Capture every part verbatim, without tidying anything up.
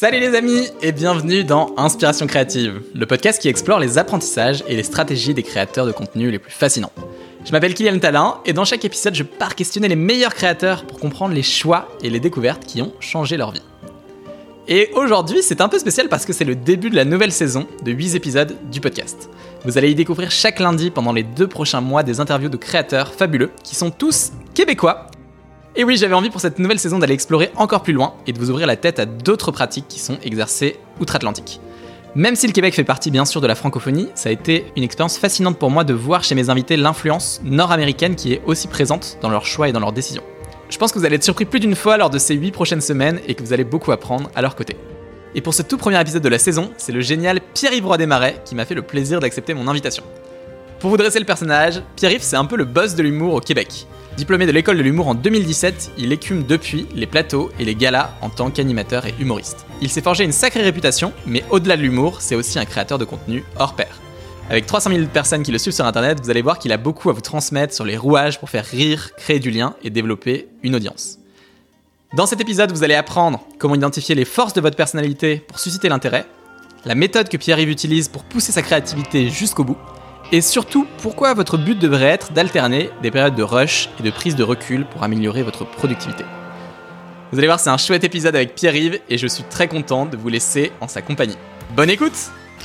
Salut les amis et bienvenue dans Inspiration Créative, le podcast qui explore les apprentissages et les stratégies des créateurs de contenu les plus fascinants. Je m'appelle Kylian Talin et dans chaque épisode je pars questionner les meilleurs créateurs pour comprendre les choix et les découvertes qui ont changé leur vie. Et aujourd'hui c'est un peu spécial parce que c'est le début de la nouvelle saison de huit épisodes du podcast. Vous allez y découvrir chaque lundi pendant les deux prochains mois des interviews de créateurs fabuleux qui sont tous québécois. Et oui, j'avais envie pour cette nouvelle saison d'aller explorer encore plus loin et de vous ouvrir la tête à d'autres pratiques qui sont exercées outre-Atlantique. Même si le Québec fait partie bien sûr de la francophonie, ça a été une expérience fascinante pour moi de voir chez mes invités l'influence nord-américaine qui est aussi présente dans leurs choix et dans leurs décisions. Je pense que vous allez être surpris plus d'une fois lors de ces huit prochaines semaines et que vous allez beaucoup apprendre à leur côté. Et pour ce tout premier épisode de la saison, c'est le génial Pierre-Yves Roy Desmarais qui m'a fait le plaisir d'accepter mon invitation. Pour vous dresser le personnage, Pierre-Yves c'est un peu le boss de l'humour au Québec. Diplômé de l'école de l'humour en deux mille dix-sept, il écume depuis les plateaux et les galas en tant qu'animateur et humoriste. Il s'est forgé une sacrée réputation, mais au-delà de l'humour, c'est aussi un créateur de contenu hors pair. Avec trois cent mille personnes qui le suivent sur internet, vous allez voir qu'il a beaucoup à vous transmettre sur les rouages pour faire rire, créer du lien et développer une audience. Dans cet épisode, vous allez apprendre comment identifier les forces de votre personnalité pour susciter l'intérêt, la méthode que Pierre-Yves utilise pour pousser sa créativité jusqu'au bout, et surtout, pourquoi votre but devrait être d'alterner des périodes de rush et de prise de recul pour améliorer votre productivité. Vous allez voir, c'est un chouette épisode avec Pierre-Yves et je suis très content de vous laisser en sa compagnie. Bonne écoute!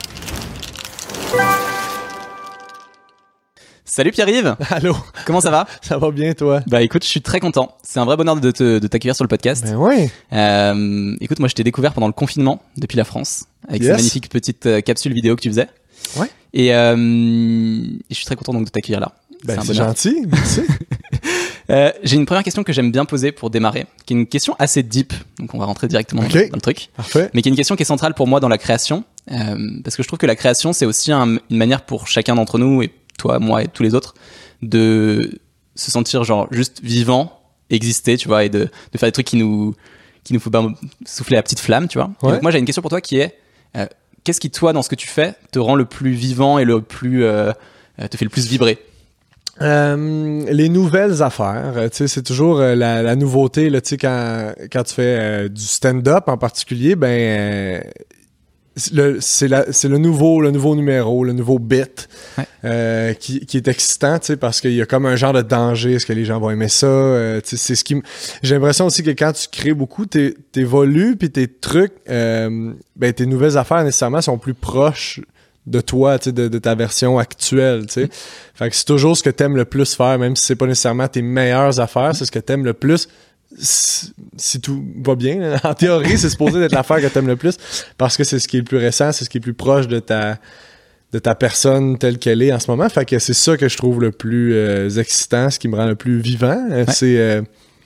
Salut Pierre-Yves! Allô! Comment ça va? Ça va bien, toi? Bah écoute, je suis très content. C'est un vrai bonheur de, te, de t'accueillir sur le podcast. Ben oui! Euh, écoute, moi je t'ai découvert pendant le confinement, depuis la France, avec Yes. ces magnifiques petites euh, capsules vidéo que tu faisais. Ouais. Et, euh, et je suis très content donc de t'accueillir là. Ben un c'est bonheur. gentil, merci. Euh, j'ai une première question que j'aime bien poser pour démarrer, qui est une question assez deep, donc on va rentrer directement Ok. dans, dans le truc, Parfait. mais qui est une question qui est centrale pour moi dans la création, euh, parce que je trouve que la création c'est aussi un, une manière pour chacun d'entre nous, et toi, moi et tous les autres, de se sentir genre juste vivant, exister, tu vois, et de, de faire des trucs qui nous, qui nous font ben, souffler la petite flamme, tu vois. Ouais. Et donc moi j'ai une question pour toi qui est, euh, qu'est-ce qui toi dans ce que tu fais te rend le plus vivant et le plus, euh, te fait le plus vibrer? Euh, les nouvelles affaires, euh, tu sais, c'est toujours euh, la, la nouveauté, là, tu sais, quand, quand tu fais euh, du stand-up en particulier, ben, euh, c'est le, c'est, la, c'est le nouveau, le nouveau numéro, le nouveau bit, Ouais. euh, qui, qui est excitant, tu sais, parce qu'il y a comme un genre de danger, est-ce que les gens vont aimer ça, euh, tu sais, c'est ce qui, m- j'ai l'impression aussi que quand tu crées beaucoup, t'é, t'évolues, puis tes trucs, euh, ben, tes nouvelles affaires, nécessairement, sont plus proches de toi, tu sais, de, de ta version actuelle, tu sais. Fait que c'est toujours ce que t'aimes le plus faire, même si c'est pas nécessairement tes meilleures affaires, c'est ce que t'aimes le plus. Si, si tout va bien, en théorie, c'est supposé être l'affaire que t'aimes le plus, parce que c'est ce qui est le plus récent, c'est ce qui est le plus proche de ta de ta personne telle qu'elle est en ce moment. Fait que c'est ça que je trouve le plus euh, excitant, ce qui me rend le plus vivant, euh, Ouais. c'est euh,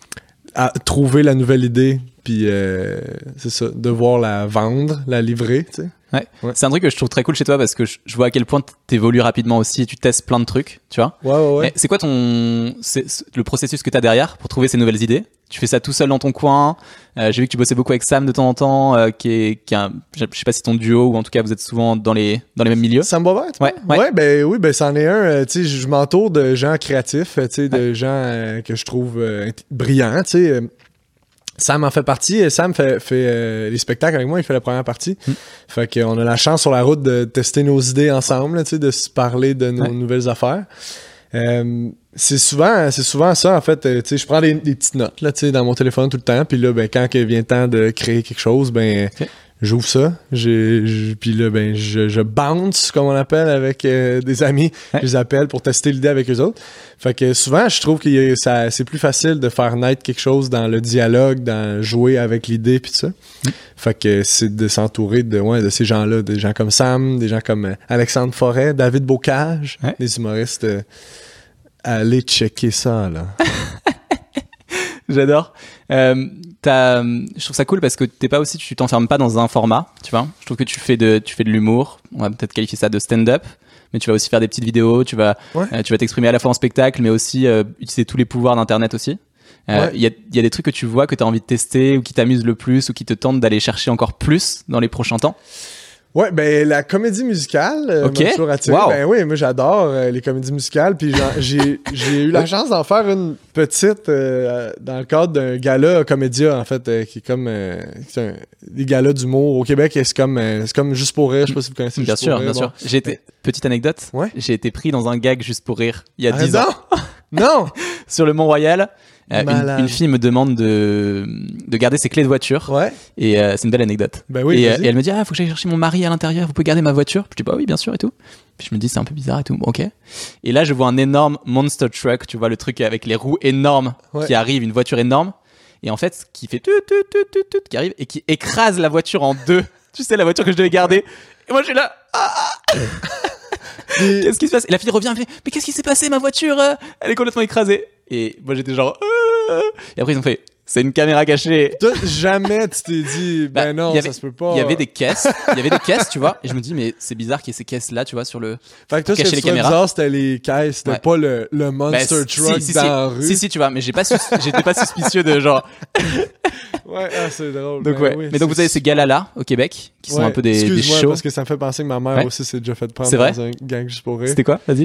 à trouver la nouvelle idée, puis euh, c'est ça, devoir la vendre, la livrer, tu sais. Ouais. Ouais. C'est un truc que je trouve très cool chez toi parce que je, je vois à quel point t'évolues rapidement aussi et tu testes plein de trucs, tu vois. Ouais, ouais, ouais. Mais c'est quoi ton, c'est, c'est le processus que t'as derrière pour trouver ces nouvelles idées? Tu fais ça tout seul dans ton coin. Euh, j'ai vu que tu bossais beaucoup avec Sam de temps en temps, euh, qui est, qui est un, je sais pas si ton duo ou en tout cas vous êtes souvent dans les, dans les mêmes milieux. Ça me va bien, Ouais, ouais. ouais, ben oui, ben c'en est un. euh, tu sais, je m'entoure de gens créatifs, euh, tu sais, de gens euh, que je trouve euh, int- brillants, tu sais. euh, Sam en fait partie. Sam fait, fait euh, les spectacles avec moi, il fait la première partie. Mm. Fait qu'on a la chance sur la route de tester nos idées ensemble, là, tu sais, de se parler de nos Ouais. nouvelles affaires. Euh, c'est souvent c'est souvent ça en fait, euh, tu sais, je prends des, des petites notes là, tu sais, dans mon téléphone tout le temps, puis là ben quand que vient le temps de créer quelque chose, ben Ok. j'ouvre ça, j'ai, j'ai- puis là ben je, je bounce comme on appelle avec euh, des amis, Ouais. je les appelle pour tester l'idée avec eux autres. Fait que souvent je trouve que y a- ça c'est plus facile de faire naître quelque chose dans le dialogue, dans jouer avec l'idée puis tout ça. Fait que c'est de s'entourer de ouais de ces gens-là, des gens comme Sam, des gens comme euh, Alexandre Forêt, David Bocage, Ouais. des humoristes. euh, allez checker ça là. J'adore. Euh, t'as, je trouve ça cool parce que t'es pas aussi, tu t'enfermes pas dans un format, tu vois. Je trouve que tu fais de, tu fais de l'humour. On va peut-être qualifier ça de stand-up, mais tu vas aussi faire des petites vidéos. Tu vas, Ouais. euh, tu vas t'exprimer à la fois en spectacle, mais aussi euh, utiliser tous les pouvoirs d'internet aussi. Il euh, Ouais. y, a, y a des trucs que tu vois que t'as envie de tester ou qui t'amusent le plus ou qui te tentent d'aller chercher encore plus dans les prochains temps. Ouais, ben la comédie musicale euh, Ok. m'a toujours attiré. Wow. Ben oui, moi j'adore euh, les comédies musicales. Puis genre, j'ai, j'ai eu la chance d'en faire une petite euh, dans le cadre d'un gala comédia, en fait, euh, qui est comme euh, c'est un, des galas d'humour au Québec. Et c'est comme, euh, c'est comme Juste pour rire. Je sais pas si vous connaissez Bien Juste sûr, pour rire. bien Bon. sûr. J'ai été... Petite anecdote, Ouais. j'ai été pris dans un gag Juste pour rire il y a Ah, dix ans non! Non! sur le Mont-Royal. Euh, une, Malade. une fille me demande de, de garder ses clés de voiture. Ouais. Et euh, c'est une belle anecdote. Ben oui, et, euh, vas-y. et elle me dit, ah, faut que j'aille chercher mon mari à l'intérieur, vous pouvez garder ma voiture. Je dis, bah oui, bien sûr et tout. Puis je me dis, c'est un peu bizarre et tout. Bon, ok. Et là, je vois un énorme monster truck, tu vois, le truc avec les roues énormes Ouais. qui arrive, une voiture énorme. Et en fait, qui fait tout, tout, tout, tout, tout, qui arrive et qui écrase la voiture en deux. Tu sais, la voiture que je devais garder. Et moi, je suis là, ah, Puis- qu'est-ce qui se passe? Et la fille revient, elle fait, mais qu'est-ce qui s'est passé, ma voiture? euh, Elle est complètement écrasée. Et moi, j'étais genre, euh. Et après, ils ont fait, c'est une caméra cachée. Toi, jamais tu t'es dit, ben Bah, non, il y avait- ça se peut pas. Il y avait des caisses, il y avait des caisses, tu vois. Et je me dis, mais c'est bizarre qu'il y ait ces caisses-là, tu vois, sur le. Fait que toi, ce cacher que les tu trouvais caméras. bizarre, c'était les caisses, c'était Ouais. pas le, le Bah, monster si, truck si, dans si, la rue. si, si, tu vois, mais j'ai pas, sus- j'étais pas suspicieux de genre. Ouais, ah, c'est drôle. Donc Ben ouais. oui, mais donc c'est vous avez ces galas-là au Québec qui sont Ouais, un peu des, des excuse-moi, shows. parce que ça me fait penser que ma mère Ouais. aussi s'est déjà fait prendre C'est vrai? dans un gang Juste pour rire. C'était quoi? Vas-y.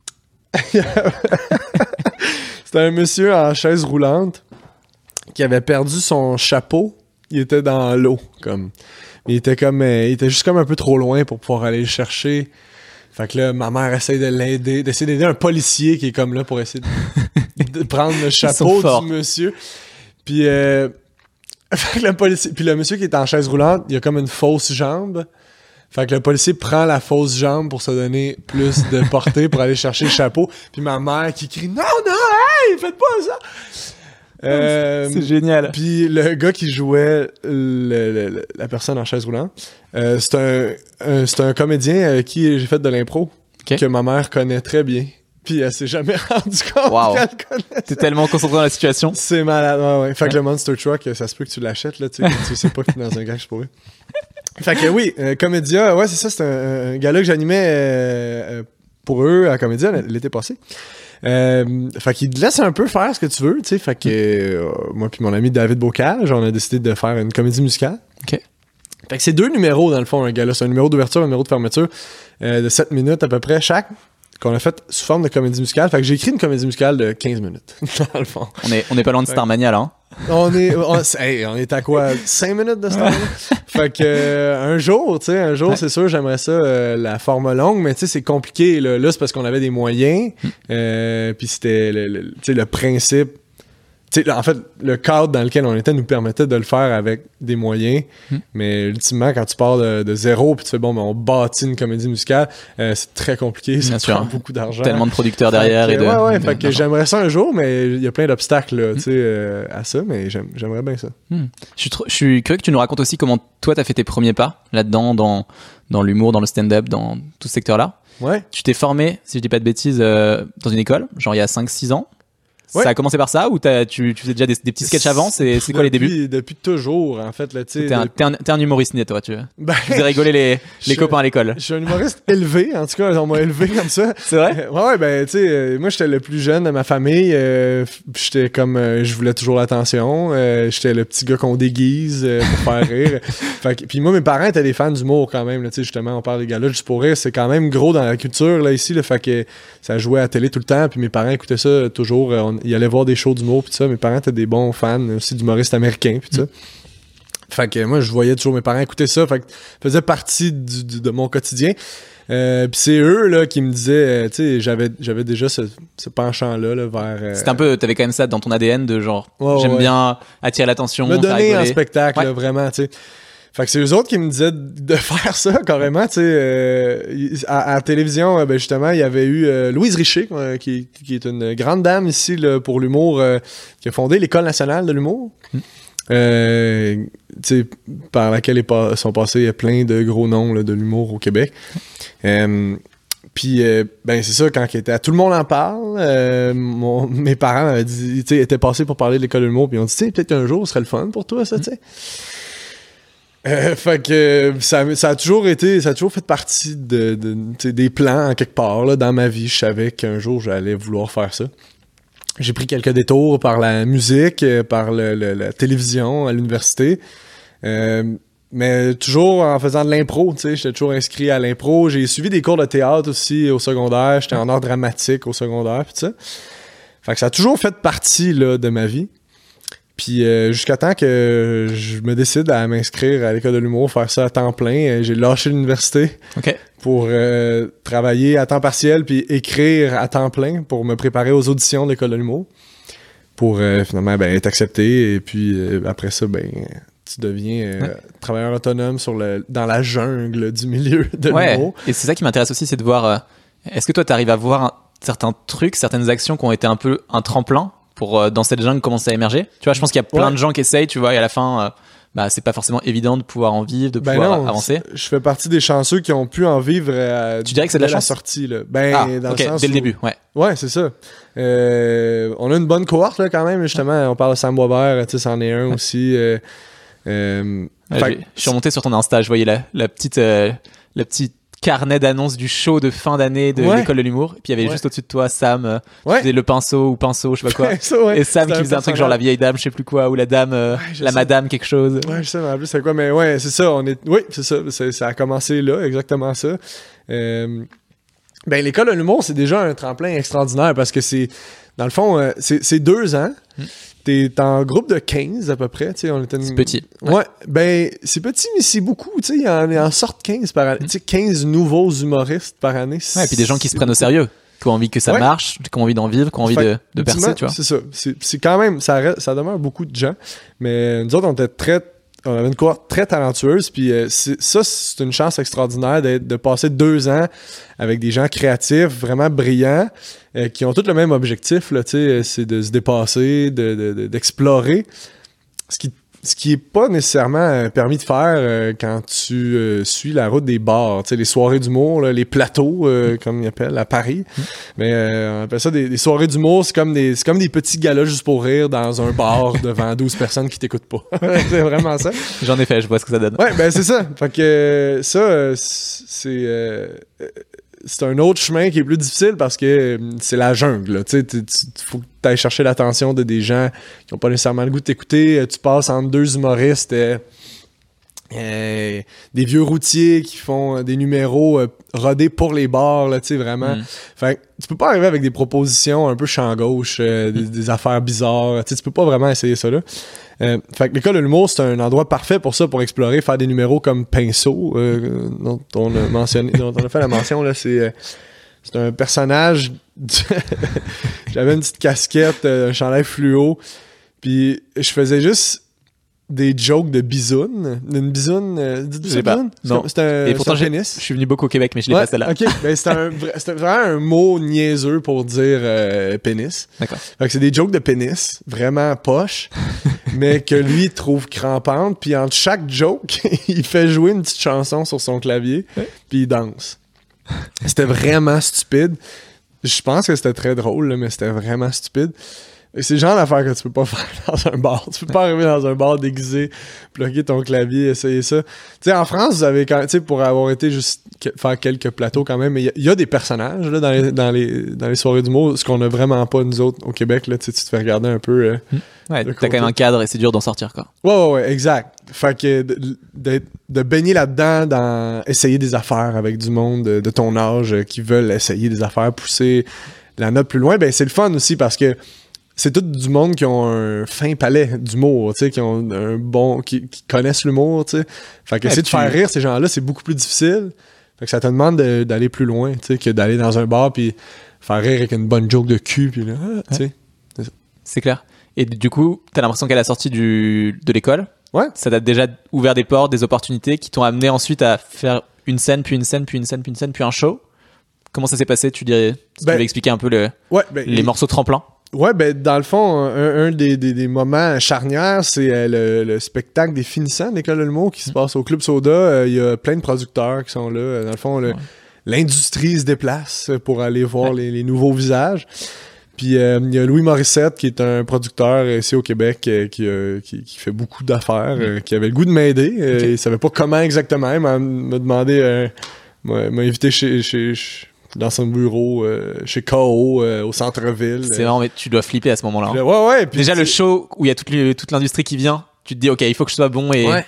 C'était un monsieur en chaise roulante qui avait perdu son chapeau. Il était dans l'eau, comme. Il était comme, euh, il était juste comme un peu trop loin pour pouvoir aller le chercher. Fait que là, ma mère essaye de l'aider, d'essayer d'aider un policier qui est comme là pour essayer de, de prendre le sont chapeau forts. du monsieur. Puis, euh, fait que le policier, puis le monsieur qui est en chaise roulante, il a comme une fausse jambe. Fait que le policier prend la fausse jambe pour se donner plus de portée pour aller chercher le chapeau. Puis ma mère qui crie « Non, non, hey, faites pas ça! » Euh, C'est génial. Puis le gars qui jouait le- le- le- la personne en chaise roulante, euh, c'est un, un- c'est un comédien avec qui j'ai fait de l'impro, Ok. que ma mère connaît très bien. Puis elle s'est jamais rendue compte Wow. qu'elle le connaît. T'es tellement concentré dans la situation. C'est malade, ouais, ouais. Fait Ouais. que le Monster Truck, ça se peut que tu l'achètes, là, tu sais, tu sais pas que t'es dans un gag, je pourrais. Fait que oui, euh, Comédia, ouais, c'est ça, c'est un, un gala que j'animais euh, euh, pour eux à Comédia l'été passé. Euh, fait qu'il te laisse un peu faire ce que tu veux, tu sais. Fait que euh, moi puis mon ami David Bocage, on a décidé de faire une comédie musicale. Ok. Fait que c'est deux numéros dans le fond, un gala. C'est un numéro d'ouverture, un numéro de fermeture euh, de sept minutes à peu près chaque, qu'on a fait sous forme de comédie musicale. Fait que j'ai écrit une comédie musicale de quinze minutes, dans le fond. On est, on est pas loin de Starmania là. Hein. On est, on, c'est- hey, on est à quoi? cinq minutes de ce temps-là? Fait que euh, un jour, tu sais, un jour, Ouais. c'est sûr, j'aimerais ça, euh, la forme longue, mais tu sais, c'est compliqué. Là, Là, c'est parce qu'on avait des moyens, euh, puis c'était le, le- tu sais, le principe. Tu sais, là, en fait, le cadre dans lequel on était nous permettait de le faire avec des moyens, Mm. mais ultimement, quand tu pars de, de zéro, puis tu fais bon, ben, on bâtit une comédie musicale, euh, c'est très compliqué, ça Bien sûr. prend beaucoup d'argent. Tellement de producteurs Fait derrière que, et de. ouais, ouais, de- fait que d'argent. j'aimerais ça un jour, mais il y a plein d'obstacles là, tu sais, euh, à ça, mais j'aime- j'aimerais bien ça. Hmm. Je suis, trop- je suis curieux que tu nous racontes aussi comment toi t'as fait tes premiers pas là-dedans, dans, dans l'humour, dans le stand-up, dans tout ce secteur-là. Ouais. Tu t'es formé, si je dis pas de bêtises, euh, dans une école, genre il y a cinq six ans. Ouais. Ça a commencé par ça ou t'as- tu, tu faisais déjà des, des petits sketchs avant? C'est c'est quoi les Depuis- débuts? Depuis toujours, en fait, là, tu sais. T'es un, de- t'es un, t'es un humoriste né, toi. Tu Ben, tu faisais rigoler les, les Je- copains à l'école. je suis un humoriste élevé, en tout cas, on m'a élevé comme ça. C'est vrai? Euh, Ouais, ouais, ben, tu sais, euh, moi, j'étais le plus jeune de ma famille. euh, f- j'étais comme, euh, je voulais toujours l'attention. euh, j'étais le petit gars qu'on déguise euh, pour faire rire. Fait que- puis moi, mes parents étaient des fans d'humour quand même. là, Tu sais, justement, on parle des gars-là juste pour rire. C'est quand même gros dans la culture, là, ici. Là, fait que ça jouait à la télé tout le temps. Puis mes parents écoutaient ça toujours. euh, on- ils allaient voir des shows d'humour, puis tout ça. Mes parents étaient des bons fans aussi d'humoristes américains, puis tout ça. Fait que moi, je voyais toujours mes parents écouter ça. Fait que ça faisait partie du- du- de mon quotidien. Euh, puis c'est eux là qui me disaient, euh, tu sais, j'avais j'avais déjà ce, ce penchant-là là, vers... euh, C'était un peu, t'avais quand même ça dans ton A D N de genre, Ouais, j'aime ouais. bien attirer l'attention, me faire donner un rigoler. spectacle, Ouais. là, vraiment, tu sais. Fait que c'est eux autres qui me disaient de faire ça, carrément, tu sais. euh, il- à, à la télévision, euh, ben justement, il y avait eu euh, Louise Richer, euh, qui, qui est une grande dame ici là, pour l'humour, euh, qui a fondé l'École nationale de l'humour. Mm. Euh, tu sais, par laquelle est pas- sont passés plein de gros noms là, de l'humour au Québec. Euh, Puis, euh, ben, c'est ça, quand il était à Tout le monde en parle, euh, mon- mes parents avaient dit, tu sais, étaient passés pour parler de l'école de l'humour, puis ils ont dit, tu sais, peut-être un jour, ce serait le fun pour toi, ça, tu sais. Euh, fait que euh, ça, ça a toujours été, ça a toujours fait partie de, de, tu sais, des plans, en quelque part, là, dans ma vie. Je savais qu'un jour, j'allais vouloir faire ça. J'ai pris quelques détours par la musique, euh, par le, le- la télévision à l'université. Euh, mais toujours en faisant de l'impro, tu sais, j'étais toujours inscrit à l'impro. J'ai suivi des cours de théâtre aussi au secondaire. J'étais en art dramatique au secondaire, pis ça. Fait que ça a toujours fait partie, là, de ma vie. Puis euh, jusqu'à temps que je me décide à m'inscrire à l'école de l'humour, faire ça à temps plein, j'ai lâché l'université okay. pour euh, travailler à temps partiel puis écrire à temps plein pour me préparer aux auditions de l'école de l'humour pour euh, finalement ben, être accepté. Et puis euh, après ça, ben tu deviens euh, ouais. travailleur autonome sur le, dans la jungle du milieu de ouais. l'humour. Et c'est ça qui m'intéresse aussi, c'est de voir... Euh, est-ce que toi, tu arrives à voir un, certains trucs, certaines actions qui ont été un peu un tremplin pour, euh, dans cette jungle, commencer à émerger? Tu vois, je pense qu'il y a plein ouais. de gens qui essayent, tu vois, et à la fin, euh, bah, c'est pas forcément évident de pouvoir en vivre, de ben pouvoir non, avancer. Je fais partie des chanceux qui ont pu en vivre euh, tu dirais que c'est de la, la chance? sortie. Là. Ben, ah, dans okay, le sens dès le où... début, ouais. Ouais, c'est ça. Euh, on a une bonne cohorte, là, quand même, justement. On parle de Sam Boisvert, tu sais, c'en est un ouais. aussi. Euh, euh, ouais, fait... Je suis remonté sur ton Insta, je voyais la, la petite... Euh, la petite carnet d'annonces du show de fin d'année de ouais. l'école de l'humour, et puis il y avait ouais. juste au-dessus de toi Sam euh, ouais. qui faisait le pinceau ou pinceau, je sais pas quoi, ça, ouais. et Sam qui faisait un truc genre la vieille dame, je sais plus quoi, ou la dame, euh, ouais, la sais. madame quelque chose. Ouais, je sais en plus c'est quoi, mais ouais, c'est ça, on est, oui, c'est ça, c'est, ça a commencé là, exactement ça. Euh... Ben l'école de l'humour, c'est déjà un tremplin extraordinaire parce que c'est, dans le fond, euh, c'est, c'est deux ans. Mm. T'es en groupe de quinze à peu près, tu sais, on était une... C'est petit. Ouais. ouais, ben c'est petit mais c'est beaucoup, tu sais, il y en, en sortent quinze par année, mm. tu sais, quinze nouveaux humoristes par année. Ouais, et puis des gens qui se prennent au sérieux, qui ont envie que ça ouais. marche, qui ont envie d'en vivre, qui ont envie fait, de, de percer, tu vois. C'est ça, c'est, c'est quand même, ça, reste, ça demeure beaucoup de gens, mais nous autres, on était très... On avait une cohorte très talentueuse, puis euh, c'est, ça, c'est une chance extraordinaire d'être, de passer deux ans avec des gens créatifs, vraiment brillants, euh, qui ont tous le même objectif, là, c'est de se dépasser, de, de, de, d'explorer. Ce qui ce qui est pas nécessairement permis de faire euh, quand tu euh, suis la route des bars, tu sais, les soirées d'humour, là, les plateaux, euh, comme ils appellent, à Paris. Mm. Mais euh, on appelle ça des, des soirées d'humour, c'est comme des c'est comme des petits galas juste pour rire dans un bar devant douze personnes qui t'écoutent pas. C'est vraiment ça. J'en ai fait, je vois ce que ça donne. Ouais, ben c'est ça. Fait que euh, ça, euh, c'est... Euh, c'est un autre chemin qui est plus difficile parce que c'est la jungle. Tu sais, il faut que tu ailles chercher l'attention de des gens qui n'ont pas nécessairement le goût de t'écouter. Tu passes entre deux humoristes, euh, euh, des vieux routiers qui font des numéros euh, rodés pour les bars, là, tu sais, vraiment. Mm. Fait que tu peux pas arriver avec des propositions un peu champ gauche, euh, des, des affaires bizarres. Tu sais, tu peux pas vraiment essayer ça là. Euh, fait que l'école de l'humour, c'est un endroit parfait pour ça, pour explorer, faire des numéros comme Pinceau, euh, dont on a mentionné, dont on a fait la mention, là, c'est, euh, c'est un personnage, j'avais une petite casquette, euh, un chandail fluo, puis je faisais juste des jokes de bisoune. Une bisoune, euh, je sais pas. Non. C'est un, et pourtant, c'est un pénis. Je suis venu beaucoup au Québec, mais je l'ai ouais, pas celle-là. OK, ben c'est un, c'est vraiment un mot niaiseux pour dire euh, pénis. D'accord. Fait que c'est des jokes de pénis, vraiment poche, mais que lui trouve crampante, puis entre chaque joke, il fait jouer une petite chanson sur son clavier, ouais. Puis il danse. C'était vraiment stupide. Je pense que c'était très drôle, là, mais c'était vraiment stupide. C'est le genre d'affaire que tu peux pas faire dans un bar. Tu peux pas arriver dans un bar déguisé, plugger ton clavier, essayer ça. Tu sais, en France, vous avez quand, tu sais, pour avoir été juste que, faire quelques plateaux quand même, mais il y, y a des personnages là, dans, les, dans, les, dans les soirées d'humour, ce qu'on a vraiment pas nous autres au Québec. Là, tu te fais regarder un peu. Euh, ouais, t'as quand même un cadre et c'est dur d'en sortir, quoi. Ouais, ouais, ouais, exact. Fait que de, de, de baigner là-dedans, dans essayer des affaires avec du monde de, de ton âge euh, qui veulent essayer des affaires, pousser la note plus loin, ben c'est le fun aussi parce que c'est tout du monde qui ont un fin palais d'humour, tu sais, qui ont un bon, qui, qui connaissent l'humour, tu sais. Fait que essayer de faire rire ces gens-là, c'est beaucoup plus difficile. Fait que ça te demande de, d'aller plus loin, tu sais, que d'aller dans un bar puis faire rire avec une bonne joke de cul, puis là, ah, tu sais. Ouais. C'est ça. C'est clair. Et du coup, t'as l'impression qu'à la sortie du, de l'école, ouais. Ça t'a déjà ouvert des portes, des opportunités qui t'ont amené ensuite à faire une scène, puis une scène, puis une scène, puis une scène, puis un show. Comment ça s'est passé, tu dirais? Tu ben, devais expliquer un peu le, ouais, ben, les et... morceaux tremplins. Ouais, ben dans le fond, un, un des, des, des moments charnières, c'est euh, le, le spectacle des finissants de l'école de l'humour qui se passe au Club Soda. Il euh, y a plein de producteurs qui sont là. Dans le fond, le, ouais. l'industrie se déplace pour aller voir ouais. les, les nouveaux visages. Puis il euh, y a Louis Morissette, qui est un producteur ici au Québec, euh, qui, euh, qui, qui fait beaucoup d'affaires, mm. euh, qui avait le goût de m'aider. Euh, okay. Il savait pas comment exactement. Il m'a, m'a demandé, euh, m'a, m'a invité chez... chez, chez dans son bureau euh, chez K O euh, au centre-ville. C'est marrant, mais tu dois flipper à ce moment-là. Hein. Ouais, ouais. Puis déjà, le show où il y a toute, toute l'industrie qui vient, tu te dis, OK, il faut que je sois bon et ouais.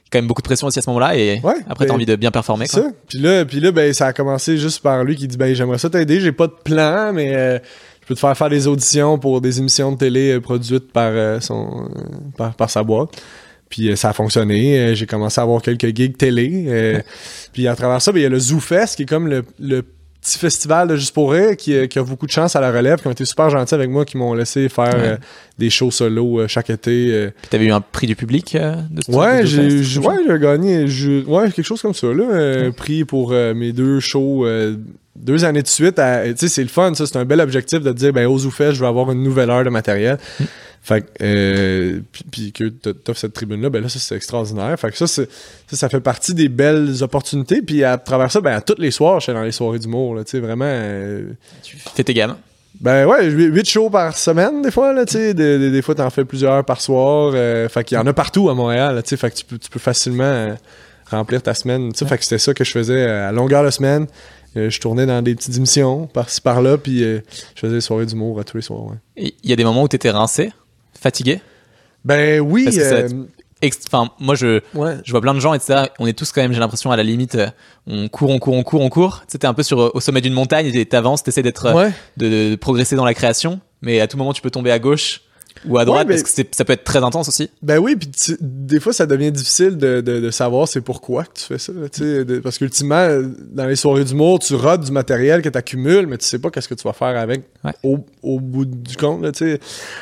quand même beaucoup de pression aussi à ce moment-là et ouais, après ben, t'as envie de bien performer. C'est quoi. ça. Puis là, puis là ben, ça a commencé juste par lui qui dit ben j'aimerais ça t'aider, j'ai pas de plan, mais euh, je peux te faire faire des auditions pour des émissions de télé euh, produites par, euh, son, euh, par, par sa boîte. Puis euh, ça a fonctionné. Euh, j'ai commencé à avoir quelques gigs télé. Euh, ouais. Puis à travers ça, ben, il y a le Zoo Fest qui est comme le, le petit festival de Juste pour rire qui, qui a beaucoup de chance à la relève, qui ont été super gentils avec moi, qui m'ont laissé faire ouais. euh, des shows solo euh, chaque été. Euh. Puis t'avais eu un prix du public euh, de ce Ouais, de j'ai, j'ai, ouais, j'ai gagné j'ai, ouais, quelque chose comme ça. Là, euh, ouais. Prix pour euh, mes deux shows euh, deux années de suite. Tu sais, c'est le fun, ça. C'est un bel objectif de te dire, ben au Zoo Fest, je veux avoir une nouvelle heure de matériel. Mm. Fait que, euh, puis que t'offres cette tribune-là, ben là, ça, c'est extraordinaire. Fait que ça, c'est, ça, ça fait partie des belles opportunités. Puis à travers ça, ben, à tous les soirs, j'étais dans les soirées d'humour, là, tu sais, vraiment. Euh, tu fais tes gammes? Ben ouais, huit shows par semaine, des fois, là, tu sais. Des, des, des fois, t'en fais plusieurs par soir. Euh, fait qu'il y en a partout à Montréal, tu sais. Fait que tu peux, tu peux facilement euh, remplir ta semaine, tu sais. Ouais. Fait que c'était ça que je faisais à longueur de semaine. Euh, je tournais dans des petites émissions, par-ci, par-là, puis euh, je faisais des soirées d'humour à tous les soirs, ouais. Il y a des moments où t'étais rincé? Fatigué? Ben oui. Parce que euh... ext... Enfin, moi, je, ouais. je vois plein de gens, et cetera. On est tous quand même, j'ai l'impression, à la limite, euh, on court, on court, on court, on court. Tu sais, t'es un peu sur, au sommet d'une montagne, et t'avances, t'essaies d'être, ouais. de, de progresser dans la création, mais à tout moment, tu peux tomber à gauche ou à droite, ouais, parce que c'est, ça peut être très intense aussi. Ben oui, puis des fois, ça devient difficile de, de, de savoir c'est pourquoi que tu fais ça. Tu sais, de, parce qu'ultimement, dans les soirées d'humour, tu rodes du matériel que t'accumules, mais tu sais pas qu'est-ce que tu vas faire avec ouais. au, au bout du compte, là, tu sais.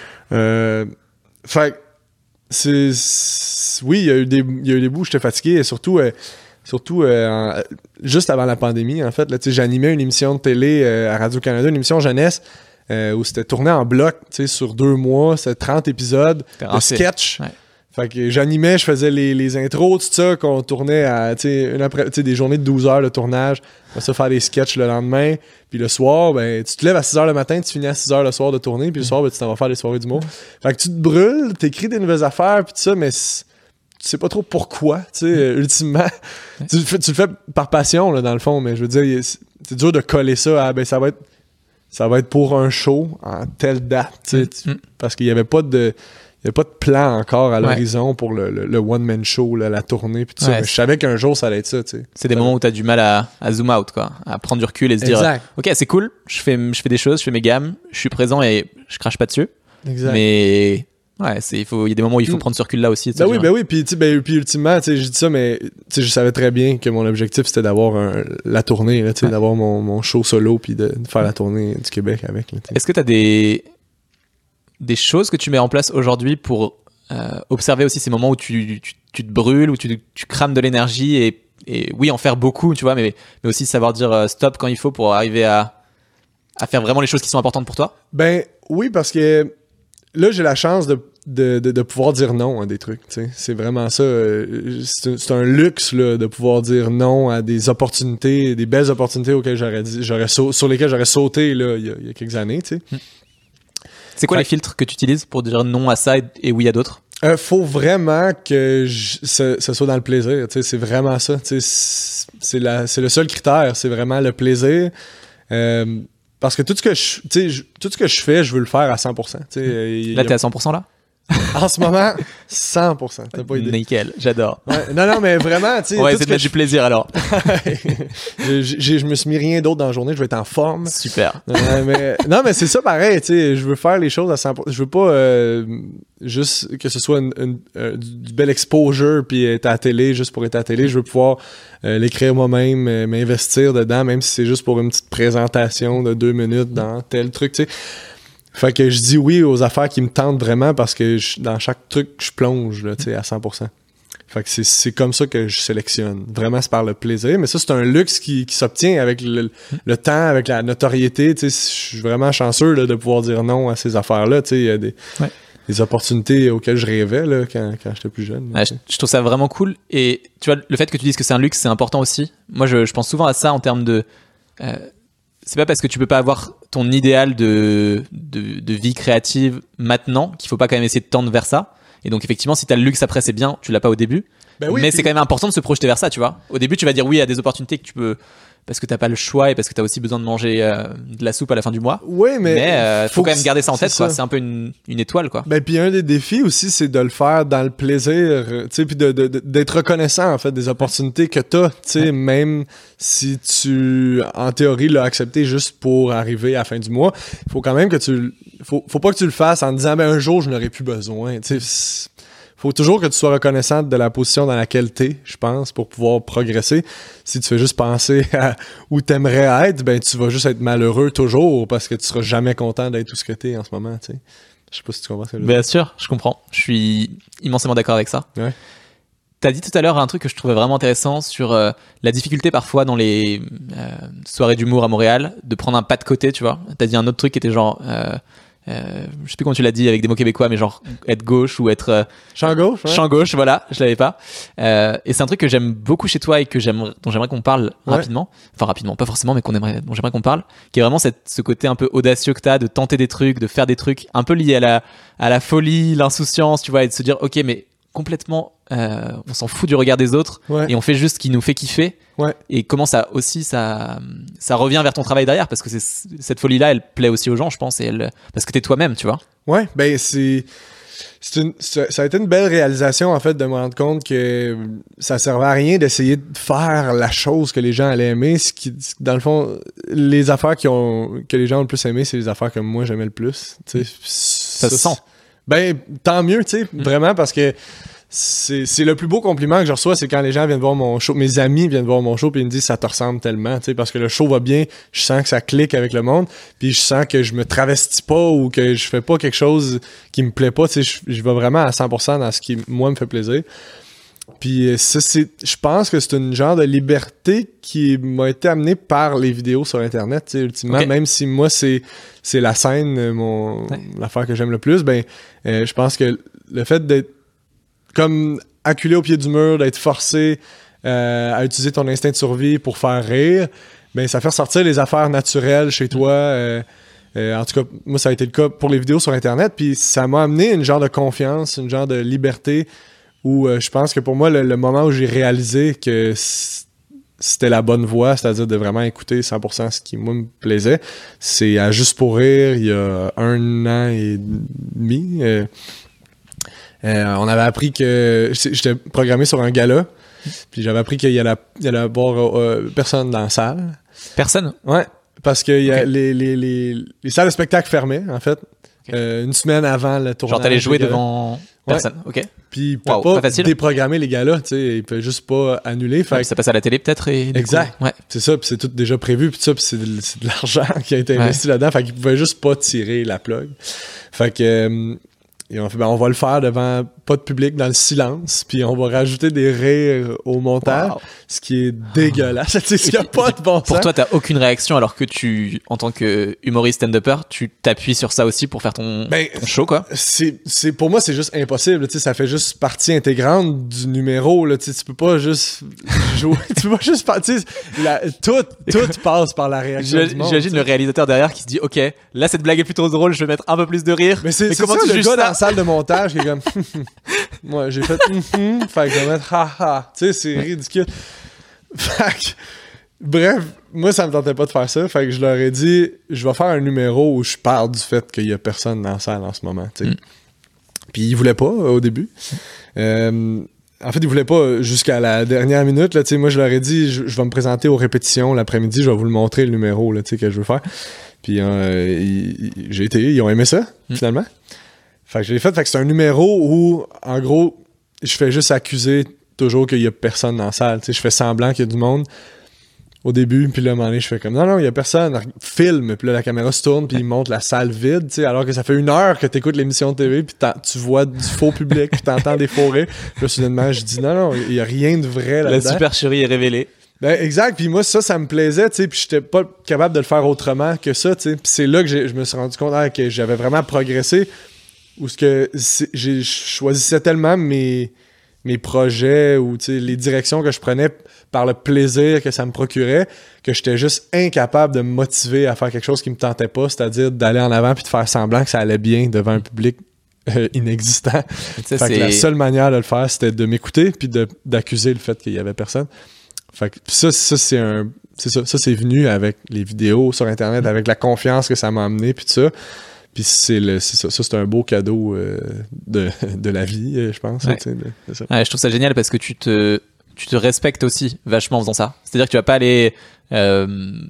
Euh, fait c'est, c'est oui, il y a eu des il y a eu des bouts où j'étais fatigué et surtout euh, surtout euh, en, juste avant la pandémie en fait là, tu sais, j'animais une émission de télé euh, à Radio-Canada, une émission jeunesse euh, où c'était tourné en bloc, tu sais, sur deux mois, c'était trente épisodes de sketch. Ouais. Fait que j'animais, je faisais les, les intros, tout ça, qu'on tournait à, tu sais, une après, tu sais, des journées de douze heures de tournage, on ça faire des sketchs le lendemain, puis le soir, ben, tu te lèves à six heures le matin, tu finis à six heures le soir de tourner, puis le soir, ben, tu t'en vas faire des soirées d'humour. Fait que tu te brûles, t'écris des nouvelles affaires, puis tout ça, mais tu sais pas trop pourquoi, tu sais, euh, ultimement. tu, le fais, tu le fais par passion, là, dans le fond, mais je veux dire, c'est dur de coller ça à, ben, ça va être, ça va être pour un show en telle date, tu sais, mm. parce qu'il y avait pas de... Il n'y a pas de plan encore à l'horizon ouais. pour le, le, le one-man show, là, la tournée, puis tout ouais, ça. Mais je savais qu'un jour, ça allait être ça, tu sais. C'est des moments où tu as du mal à, à zoom out, quoi. À prendre du recul et se exact. dire, OK, c'est cool, je fais, je fais des choses, je fais mes gammes, je suis présent et je crache pas dessus. Exact. Mais ouais, c'est, il faut, il y a des moments où il faut mm. prendre ce recul-là aussi. Ben oui, ben oui, puis, ben, puis ultimement, tu sais, je dis ça, mais je savais très bien que mon objectif, c'était d'avoir un, la tournée, là, tu sais, ouais. d'avoir mon, mon show solo, puis de, de faire la tournée du Québec avec. Là, est-ce que tu as des, des choses que tu mets en place aujourd'hui pour Euh, observer aussi ces moments où tu, tu, tu te brûles, où tu, tu crames de l'énergie et, et oui, en faire beaucoup, tu vois, mais, mais aussi savoir dire euh, stop quand il faut pour arriver à, à faire vraiment les choses qui sont importantes pour toi? Ben oui, parce que là, j'ai la chance de, de, de, de pouvoir dire non à des trucs, tu sais. C'est vraiment ça. Euh, c'est, un, c'est un luxe là, de pouvoir dire non à des opportunités, des belles opportunités auxquelles j'aurais dit, j'aurais sau- sur lesquelles j'aurais sauté là, il, y a, il y a quelques années, tu sais. Hum. C'est quoi fait, les filtres que tu utilises pour dire non à ça et, et oui à d'autres? Euh, faut vraiment que je, ce, ce soit dans le plaisir. T'sais, c'est vraiment ça. C'est, c'est, la, c'est le seul critère. C'est vraiment le plaisir. Euh, parce que tout ce que je, je, tout ce que je fais, je veux le faire à cent pour cent. Mmh. Là, t'es à cent pour cent là? En ce moment, cent pour cent. T'as pas idée. Nickel, j'adore. Ouais, non, non, mais vraiment, tu sais. On va essayer de mettre je... du plaisir alors. je, je, je me suis mis rien d'autre dans la journée, je vais être en forme. Super. Euh, mais, non, mais c'est ça pareil, tu sais. Je veux faire les choses à cent pour cent. Je veux pas euh, juste que ce soit une, une, euh, du bel exposure puis être à la télé juste pour être à la télé. Je veux pouvoir euh, l'écrire moi-même, euh, m'investir dedans, même si c'est juste pour une petite présentation de deux minutes dans tel truc, tu sais. Fait que je dis oui aux affaires qui me tentent vraiment parce que je, dans chaque truc, je plonge là, tu sais, à cent pour cent. Fait que c'est, c'est comme ça que je sélectionne. Vraiment, c'est par le plaisir. Mais ça, c'est un luxe qui, qui s'obtient avec le, le temps, avec la notoriété. Tu sais, je suis vraiment chanceux là, de pouvoir dire non à ces affaires-là. Tu sais, il y a des, ouais. des opportunités auxquelles je rêvais là, quand, quand j'étais plus jeune. Ouais, je, je trouve ça vraiment cool. Et tu vois, le fait que tu dises que c'est un luxe, c'est important aussi. Moi, je, je pense souvent à ça en termes de... Euh, c'est pas parce que tu peux pas avoir ton idéal de, de, de vie créative maintenant qu'il faut pas quand même essayer de tendre vers ça. Et donc effectivement, si t'as le luxe après, c'est bien, tu l'as pas au début. Ben oui, mais puis- c'est quand même important de se projeter vers ça, tu vois. Au début, tu vas dire oui à des opportunités que tu peux, parce que t'as pas le choix et parce que t'as aussi besoin de manger euh, de la soupe à la fin du mois. Oui, mais, Mais, euh, faut, faut quand même que- garder ça en tête, c'est quoi. ça. C'est un peu une, une étoile, quoi. Ben, puis un des défis aussi, c'est de le faire dans le plaisir, euh, tu sais, puis de, de- de- d'être reconnaissant, en fait, des opportunités que t'as, tu sais, Ouais. même si tu, en théorie, l'as accepté juste pour arriver à la fin du mois, faut quand même que tu, faut, faut pas que tu le fasses en disant, ben, un jour, je n'aurai plus besoin, tu sais. c'est- Faut toujours que tu sois reconnaissante de la position dans laquelle t'es, je pense, pour pouvoir progresser. Si tu fais juste penser à où t'aimerais être, ben, tu vas juste être malheureux toujours parce que tu seras jamais content d'être où ce que t'es en ce moment, tu sais. Je sais pas si tu comprends ce que je veux dire. Bien sûr, je comprends. Je suis immensément d'accord avec ça. Ouais. T'as dit tout à l'heure un truc que je trouvais vraiment intéressant sur euh, la difficulté parfois dans les euh, soirées d'humour à Montréal de prendre un pas de côté, tu vois. T'as dit un autre truc qui était genre, euh, euh, je sais plus comment tu l'as dit avec des mots québécois, mais genre être gauche ou être euh, Champ gauche, ouais. champ gauche, voilà, je l'avais pas. Euh, et c'est un truc que j'aime beaucoup chez toi et que j'aime, dont j'aimerais qu'on parle Ouais. rapidement. Enfin rapidement, pas forcément, mais qu'on aimerait, dont j'aimerais qu'on parle, qui est vraiment cette, ce côté un peu audacieux que t'as de tenter des trucs, de faire des trucs un peu liés à la, à la folie, l'insouciance, tu vois, et de se dire, ok, mais complètement, euh, on s'en fout du regard des autres Ouais. et on fait juste ce qui nous fait kiffer. Ouais. Et comment ça aussi, ça, ça revient vers ton travail derrière, parce que c'est, cette folie-là, elle plaît aussi aux gens, je pense, et elle, parce que t'es toi-même, tu vois. Ouais, ben c'est. c'est une- ça ça a été une belle réalisation, en fait, de me rendre compte que ça servait à rien d'essayer de faire la chose que les gens allaient aimer. Ce qui, dans le fond, les affaires qui ont, que les gens ont le plus aimé, c'est les affaires que moi j'aimais le plus. Tu sais, Ça se sent. Ben, tant mieux, tu sais, vraiment, parce que c'est c'est le plus beau compliment que je reçois, c'est quand les gens viennent voir mon show, mes amis viennent voir mon show, puis ils me disent ça te ressemble tellement, tu sais, parce que le show va bien, je sens que ça clique avec le monde, puis je sens que je me travestis pas ou que je fais pas quelque chose qui me plaît pas, tu sais, je, je vais vraiment à cent pour cent dans ce qui, moi, me fait plaisir. Puis euh, ça, c'est, je pense que c'est une genre de liberté qui m'a été amenée par les vidéos sur Internet, tu sais, ultimement, Ok. même si moi, c'est, c'est la scène, euh, mon, Ouais. l'affaire que j'aime le plus, ben, euh, je pense que le fait d'être comme acculé au pied du mur, d'être forcé euh, à utiliser ton instinct de survie pour faire rire, ben, ça fait ressortir les affaires naturelles chez toi. euh, euh, en tout cas, moi, ça a été le cas pour les vidéos sur Internet, puis ça m'a amené une genre de confiance, une genre de liberté où euh, je pense que pour moi, le, le moment où j'ai réalisé que c- c'était la bonne voie, c'est-à-dire de vraiment écouter cent pour cent ce qui, moi, me plaisait, c'est à Juste pour rire, il y a un an et demi. euh, euh, on avait appris que c'est- j'étais programmé sur un gala, puis j'avais appris qu'il y allait, il y allait avoir euh, personne dans la salle. Personne. Ouais, parce que il y a Ok. les, les, les, les salles de spectacle fermaient, en fait, euh, une semaine avant le tournage. Genre, t'allais jouer du gala. devant personne. Ok. Puis il peut Wow, pas, pas facile. déprogrammer les galas, tu sais, il peut juste pas annuler. Fait Ouais, que ça passe à la télé peut-être et du Exact. coup, ouais. c'est ça, puis c'est tout déjà prévu, puis ça, puis c'est de, c'est de l'argent qui a été investi là-dedans, fait qu'il pouvait juste pas tirer la plug. Fait que euh, et on fait, ben, on va le faire devant pas de public, dans le silence, puis on va rajouter des rires au montage, Wow. ce qui est dégueulasse. Tu sais, s'il y a pas de bon Pour sens. toi, t'as aucune réaction alors que tu, en tant que humoriste stand-upper, tu t'appuies sur ça aussi pour faire ton, Ben, ton show, quoi. c'est, c'est pour moi c'est juste impossible, tu sais, ça fait juste partie intégrante du numéro là, tu sais, tu peux pas juste jouer, tu peux pas juste faire, tu sais, la- tout tout passe par la réaction du monde. J'imagine tu le sais. réalisateur derrière qui se dit, ok, là cette blague est plutôt drôle, je vais mettre un peu plus de rire. Mais c'est, c'est comment ça, tu le juges gars dans ça la salle de montage qui est comme moi j'ai fait hum fait que je vais mettre ha ha, tu sais, c'est ridicule. Fait que, bref, moi ça me tentait pas de faire ça, fait que je leur ai dit je vais faire un numéro où je parle du fait qu'il y a personne dans la salle en ce moment, tu sais. Mm. Puis ils voulaient pas euh, au début. Euh, en fait, ils voulaient pas jusqu'à la dernière minute. Là, tu sais, moi, je leur ai dit, je, je vais me présenter aux répétitions l'après-midi, je vais vous le montrer, le numéro là, tu sais, que je veux faire. Puis euh, ils- ils- j'ai été, ils ont aimé ça, Mm. finalement. Fait que je l'ai fait. Fait que c'est un numéro où, en gros, je fais juste accuser toujours qu'il y a personne dans la salle. Tu sais, je fais semblant qu'il y a du monde au début, puis là, à un moment donné, je fais comme non, non, il y a personne. Filme, puis là, la caméra se tourne, puis il montre la salle vide, tu sais, alors que ça fait une heure que t'écoutes l'émission de T V, puis t'en- tu vois du faux public, puis t'entends des faux rires. Puis là, soudainement, je dis non, non, il y a rien de vrai La là-dedans. supercherie est révélée. Ben, exact, puis moi, ça, ça me plaisait, tu sais, puis j'étais pas capable de le faire autrement que ça, tu sais. Puis c'est là que j'ai- je me suis rendu compte ah, que j'avais vraiment progressé, ou ce que c'est- j'ai je choisissais tellement mes, mes projets ou tu sais, les directions que je prenais par le plaisir que ça me procurait, que j'étais juste incapable de me motiver à faire quelque chose qui me tentait pas, c'est-à-dire d'aller en avant puis de faire semblant que ça allait bien devant un public euh, inexistant. Ça, fait que la seule manière de le faire, c'était de m'écouter puis de, d'accuser le fait qu'il y avait personne. Fait que ça, ça c'est un... C'est ça, ça c'est venu avec les vidéos sur Internet, mmh. avec la confiance que ça m'a amené, puis tout ça. Puis c'est, le, c'est ça, ça c'est un beau cadeau euh, de, de la vie, je pense. Ouais. Tu sais, de, de ça. Ouais, je trouve ça génial parce que tu te, tu te respectes aussi vachement en faisant ça. C'est-à-dire que tu vas pas aller euh,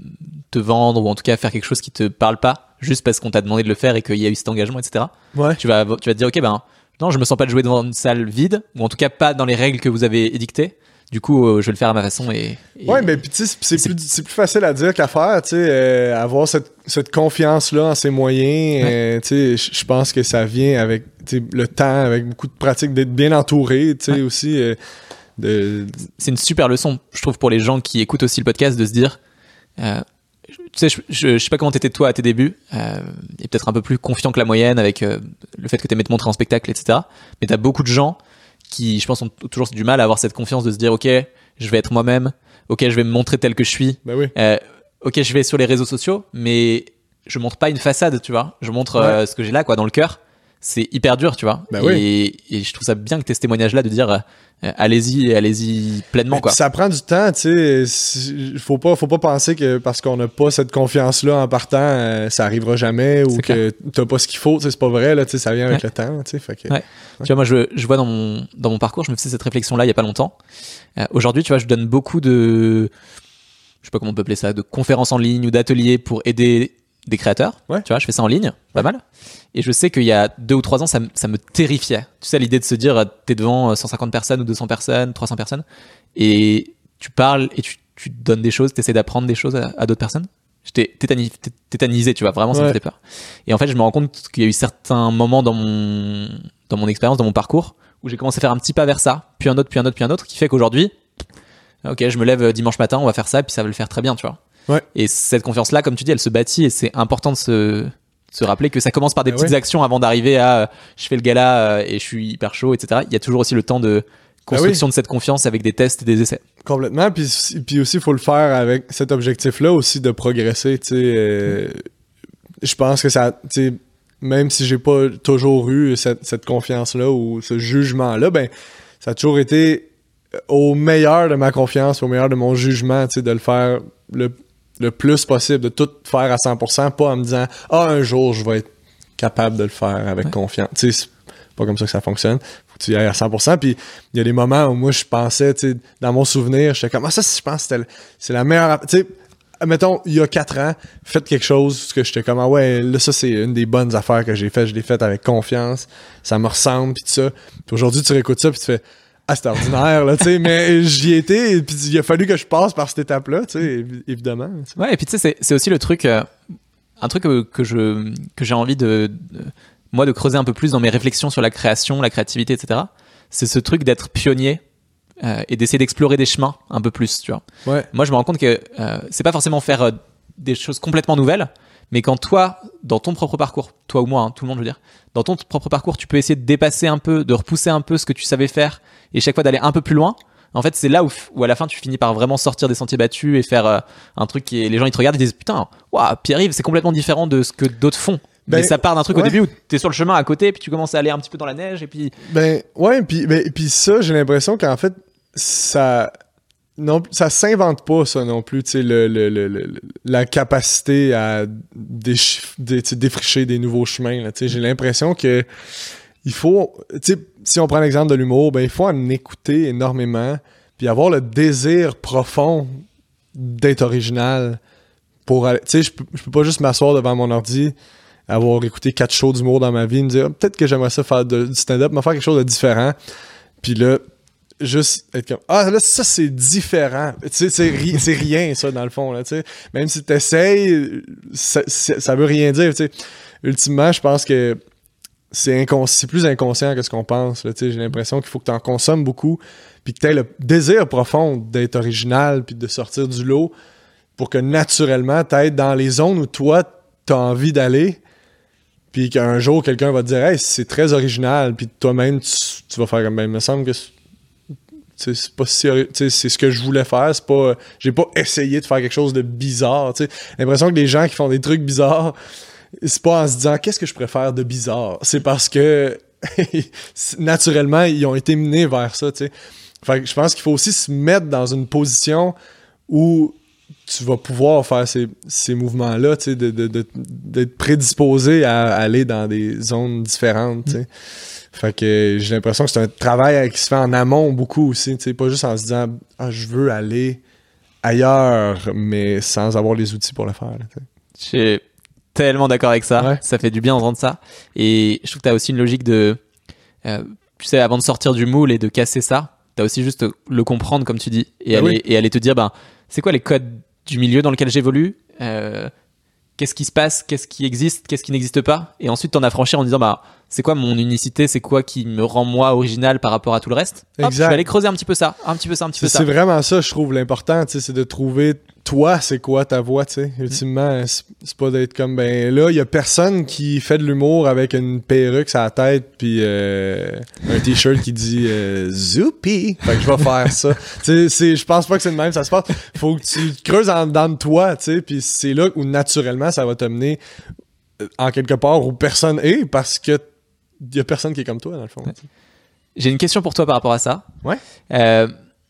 te vendre ou en tout cas faire quelque chose qui te parle pas juste parce qu'on t'a demandé de le faire et qu'il y a eu cet engagement, et cetera. Ouais. Tu vas, tu vas te dire, ok, ben non, je me sens pas de jouer devant une salle vide, ou en tout cas pas dans les règles que vous avez édictées. Du coup, euh, je vais le faire à ma façon. Et, et... Ouais, mais puis tu sais, c'est, c'est, plus, c'est plus facile à dire qu'à faire, tu sais, euh, avoir cette, cette confiance-là en ses moyens, ouais. euh, tu sais, je pense que ça vient avec le temps, avec beaucoup de pratique, d'être bien entouré, tu sais, ouais. aussi. Euh, de... C'est une super leçon, je trouve, pour les gens qui écoutent aussi le podcast, de se dire, euh, tu sais, je, je, je sais pas comment t'étais toi à tes débuts, euh, et peut-être un peu plus confiant que la moyenne avec euh, le fait que t'aimais te montrer en spectacle, et cetera. Mais t'as beaucoup de gens qui, je pense, ont toujours du mal à avoir cette confiance de se dire, ok, je vais être moi-même, ok, je vais me montrer tel que je suis, ben oui. euh, ok, je vais sur les réseaux sociaux, mais je montre pas une façade, tu vois, je montre ouais. euh, ce que j'ai là, quoi, dans le cœur. C'est hyper dur, tu vois. Ben et, oui. et je trouve ça bien que t'aies ce témoignage-là de dire, euh, allez-y, allez-y pleinement, quoi. Ça prend du temps, tu sais. Faut pas, faut pas penser que parce qu'on n'a pas cette confiance-là en partant, euh, ça arrivera jamais ou c'est que clair. T'as pas ce qu'il faut. C'est pas vrai, là, tu sais, ça vient avec ouais. le temps, tu sais. Fait que, ouais. Ouais. Tu vois, moi, je, je vois dans mon, dans mon parcours, je me faisais cette réflexion-là il y a pas longtemps. Euh, aujourd'hui, tu vois, je donne beaucoup de, je sais pas comment on peut appeler ça, de conférences en ligne ou d'ateliers pour aider des créateurs. Ouais. Tu vois, je fais ça en ligne, pas ouais. mal. Et je sais qu'il y a deux ou trois ans, ça, m- ça me terrifiait. Tu sais, l'idée de se dire, t'es devant cent cinquante personnes ou deux cents personnes, trois cents personnes, et tu parles et tu, tu donnes des choses, t'essaies d'apprendre des choses à, à d'autres personnes. J'étais tétani- té- tétanisé, tu vois, vraiment, ça ouais. me fait peur. Et en fait, je me rends compte qu'il y a eu certains moments dans mon, dans mon expérience, dans mon parcours, où j'ai commencé à faire un petit pas vers ça, puis un autre, puis un autre, puis un autre, qui fait qu'aujourd'hui, ok, je me lève dimanche matin, on va faire ça, puis ça va le faire très bien, tu vois. Ouais. Et cette confiance-là, comme tu dis, elle se bâtit et c'est important de se, se rappeler que ça commence par des ben petites ouais. actions avant d'arriver à euh, je fais le gala euh, et je suis hyper chaud, et cetera. Il y a toujours aussi le temps de construction ben oui. de cette confiance avec des tests et des essais. Complètement. Puis, puis aussi, il faut le faire avec cet objectif-là aussi de progresser. Tu sais, euh, je pense que ça, tu sais, même si j'ai pas toujours eu cette, cette confiance-là ou ce jugement-là, ben, ça a toujours été au meilleur de ma confiance, au meilleur de mon jugement, tu sais, de le faire le le plus possible, de tout faire à cent pour cent, pas en me disant « Ah, un jour, je vais être capable de le faire avec ouais. confiance. » Tu sais, c'est pas comme ça que ça fonctionne. Faut que tu y ailles à cent pour cent. Puis il y a des moments où moi, je pensais, tu sais, dans mon souvenir, j'étais comme « Ah, ça, je pense que c'était le, c'est la meilleure... » Tu sais, mettons, il y a quatre ans, faites quelque chose que j'étais comme « Ah ouais, là, ça, c'est une des bonnes affaires que j'ai faites. Je l'ai faite avec confiance. Ça me ressemble, puis tout ça. » Puis aujourd'hui, tu réécoutes ça, puis tu fais « Ah, c'est ordinaire, là, tu sais, mais j'y étais, puis il a fallu que je passe par cette étape-là, tu sais, évidemment. T'sais. » Ouais, et puis tu sais, c'est, c'est aussi le truc, euh, un truc que, que, je, que j'ai envie de, de, moi, de creuser un peu plus dans mes réflexions sur la création, la créativité, et cetera. C'est ce truc d'être pionnier euh, et d'essayer d'explorer des chemins un peu plus, tu vois. Ouais. Moi, je me rends compte que euh, c'est pas forcément faire euh, des choses complètement nouvelles, mais quand toi, dans ton propre parcours, toi ou moi, hein, tout le monde, je veux dire, dans ton propre parcours, tu peux essayer de dépasser un peu, de repousser un peu ce que tu savais faire, et chaque fois d'aller un peu plus loin. En fait, c'est là où, où à la fin, tu finis par vraiment sortir des sentiers battus et faire euh, un truc qui est, les gens ils te regardent et disent putain, waouh, Pierre-Yves, c'est complètement différent de ce que d'autres font. Ben, mais ça part d'un truc ouais. au début où t'es sur le chemin à côté, puis tu commences à aller un petit peu dans la neige, et puis. Ben ouais, puis ben, puis ça, j'ai l'impression qu'en fait, ça. Non, ça s'invente pas, ça non plus, tu sais, le, le, le, le, la capacité à déchif- dé, défricher des nouveaux chemins, là, tu sais, j'ai l'impression que il faut, tu sais, si on prend l'exemple de l'humour, ben il faut en écouter énormément, puis avoir le désir profond d'être original pour aller, tu sais, je peux, je peux pas juste m'asseoir devant mon ordi, avoir écouté quatre shows d'humour dans ma vie, me dire, peut-être que j'aimerais ça faire de, du stand-up, me faire quelque chose de différent, puis là, juste être comme ah là ça c'est différent, tu sais, c'est, ri- c'est rien ça dans le fond là, tu sais, même si t'essayes ça, ça veut rien dire, tu sais. Ultimement je pense que c'est, incons- c'est plus inconscient que ce qu'on pense là, tu sais. J'ai l'impression qu'il faut que t'en consommes beaucoup puis que t'aies le désir profond d'être original puis de sortir du lot pour que naturellement t'ailles dans les zones où toi t'as envie d'aller, puis qu'un jour quelqu'un va te dire hey c'est très original, puis toi-même tu, tu vas faire comme ben il me semble que T'sais, c'est pas si, c'est ce que je voulais faire, c'est pas, j'ai pas essayé de faire quelque chose de bizarre, t'sais. L'impression que les gens qui font des trucs bizarres, c'est pas en se disant qu'est-ce que je préfère de bizarre, c'est parce que naturellement, ils ont été menés vers ça, tu sais. Fait que je pense qu'il faut aussi se mettre dans une position où tu vas pouvoir faire ces, ces mouvements-là, tu sais, de, de, de, d'être prédisposé à aller dans des zones différentes, tu sais. Mm. Fait que j'ai l'impression que c'est un travail qui se fait en amont beaucoup aussi, tu sais, pas juste en se disant « Ah, je veux aller ailleurs », mais sans avoir les outils pour le faire, tu sais. Je suis tellement d'accord avec ça. Ouais. Ça fait du bien d'entendre ça. Et je trouve que tu as aussi une logique de... Euh, tu sais, avant de sortir du moule et de casser ça, tu as aussi juste le comprendre, comme tu dis, et, aller, oui. et aller te dire, ben, c'est quoi les codes du milieu dans lequel j'évolue, euh, qu'est-ce qui se passe, qu'est-ce qui existe, qu'est-ce qui n'existe pas, et ensuite t'en affranchir en disant bah c'est quoi mon unicité, c'est quoi qui me rend moi original par rapport à tout le reste. Hop, je vais aller creuser un petit peu ça, un petit peu ça, un petit c'est, peu ça. C'est vraiment ça, je trouve l'important, tu sais, c'est de trouver toi, c'est quoi ta voix, tu sais. Ultimement, c'est, c'est pas d'être comme ben là, il y a personne qui fait de l'humour avec une perruque sur la tête puis euh, un t-shirt qui dit euh, Zoupi. Fait que je vais faire ça. Tu sais, je pense pas que c'est le même, ça se passe. Faut que tu creuses en dedans de toi, tu sais, puis c'est là où naturellement ça va t'amener en quelque part où personne est parce que y a personne qui est comme toi dans le fond. Ouais. J'ai une question pour toi par rapport à ça. Ouais. Euh,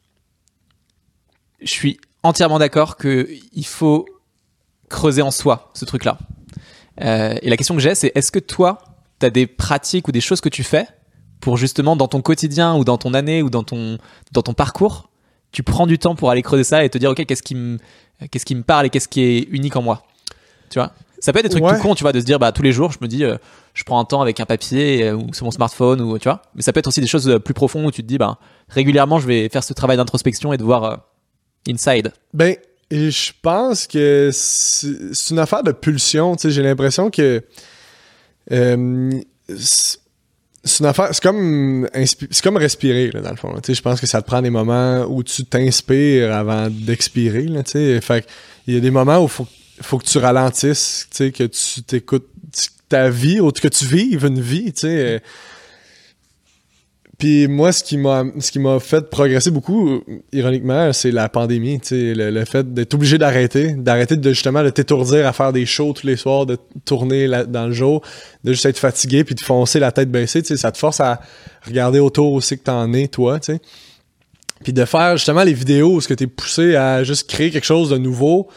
je suis entièrement d'accord qu'il faut creuser en soi ce truc-là. Euh, et la question que j'ai, c'est est-ce que toi, tu as des pratiques ou des choses que tu fais pour justement dans ton quotidien ou dans ton année ou dans ton, dans ton parcours, tu prends du temps pour aller creuser ça et te dire ok, qu'est-ce qui me, qu'est-ce qui me parle et qu'est-ce qui est unique en moi, tu vois? Ça peut être des trucs ouais. tout cons, tu vois, de se dire bah tous les jours je me dis euh, je prends un temps avec un papier euh, ou sur mon smartphone ou tu vois, mais ça peut être aussi des choses plus profondes où tu te dis bah régulièrement je vais faire ce travail d'introspection et de voir euh, inside. Ben je pense que c'est, c'est une affaire de pulsion, tu sais, j'ai l'impression que euh, c'est, c'est une affaire, c'est comme c'est comme respirer là, dans le fond, tu sais, je pense que ça te prend des moments où tu t'inspires avant d'expirer là, tu sais, fait il y a des moments où faut faut que tu ralentisses, tu sais, que tu t'écoutes ta vie, ou que tu vives une vie, tu sais. Puis moi, ce qui m'a ce qui m'a fait progresser beaucoup, ironiquement, c'est la pandémie, tu sais, le, le fait d'être obligé d'arrêter, d'arrêter de justement de t'étourdir à faire des shows tous les soirs, de tourner la, dans le jour, de juste être fatigué puis de foncer la tête baissée, tu sais, ça te force à regarder autour aussi que t'en es, toi, tu sais. Puis de faire justement les vidéos où ce que t'es poussé à juste créer quelque chose de nouveau.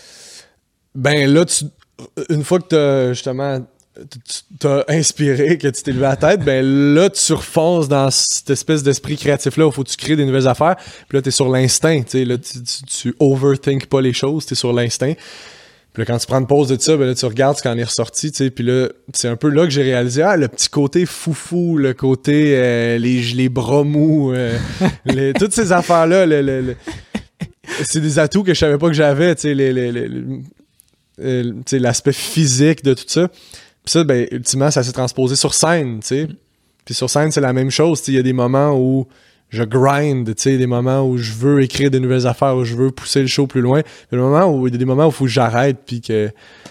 Ben là, tu, une fois que t'as justement tu t'as inspiré, que tu t'es levé la tête, ben là, tu refonces dans cette espèce d'esprit créatif-là où il faut que tu crées des nouvelles affaires. Puis là, t'es sur l'instinct, tu sais, là, tu, tu, tu overthink pas les choses, t'es sur l'instinct. Puis là, quand tu prends une pause de ça, ben là, tu regardes ce qui en est ressorti, tu sais, puis là, c'est un peu là que j'ai réalisé, ah, le petit côté foufou, le côté, euh, les, les bras mous, euh, les, toutes ces affaires-là, le, le, le, c'est des atouts que je savais pas que j'avais, tu sais, les, les, les, les Euh, l'aspect physique de tout ça. Puis ça, ben, ultimement, ça s'est transposé sur scène, tu sais. Puis sur scène, c'est la même chose. Il y a des moments où je grind, tu sais, des moments où je veux écrire des nouvelles affaires, où je veux pousser le show plus loin. Puis des moments où il y a des moments où il faut que j'arrête, puis que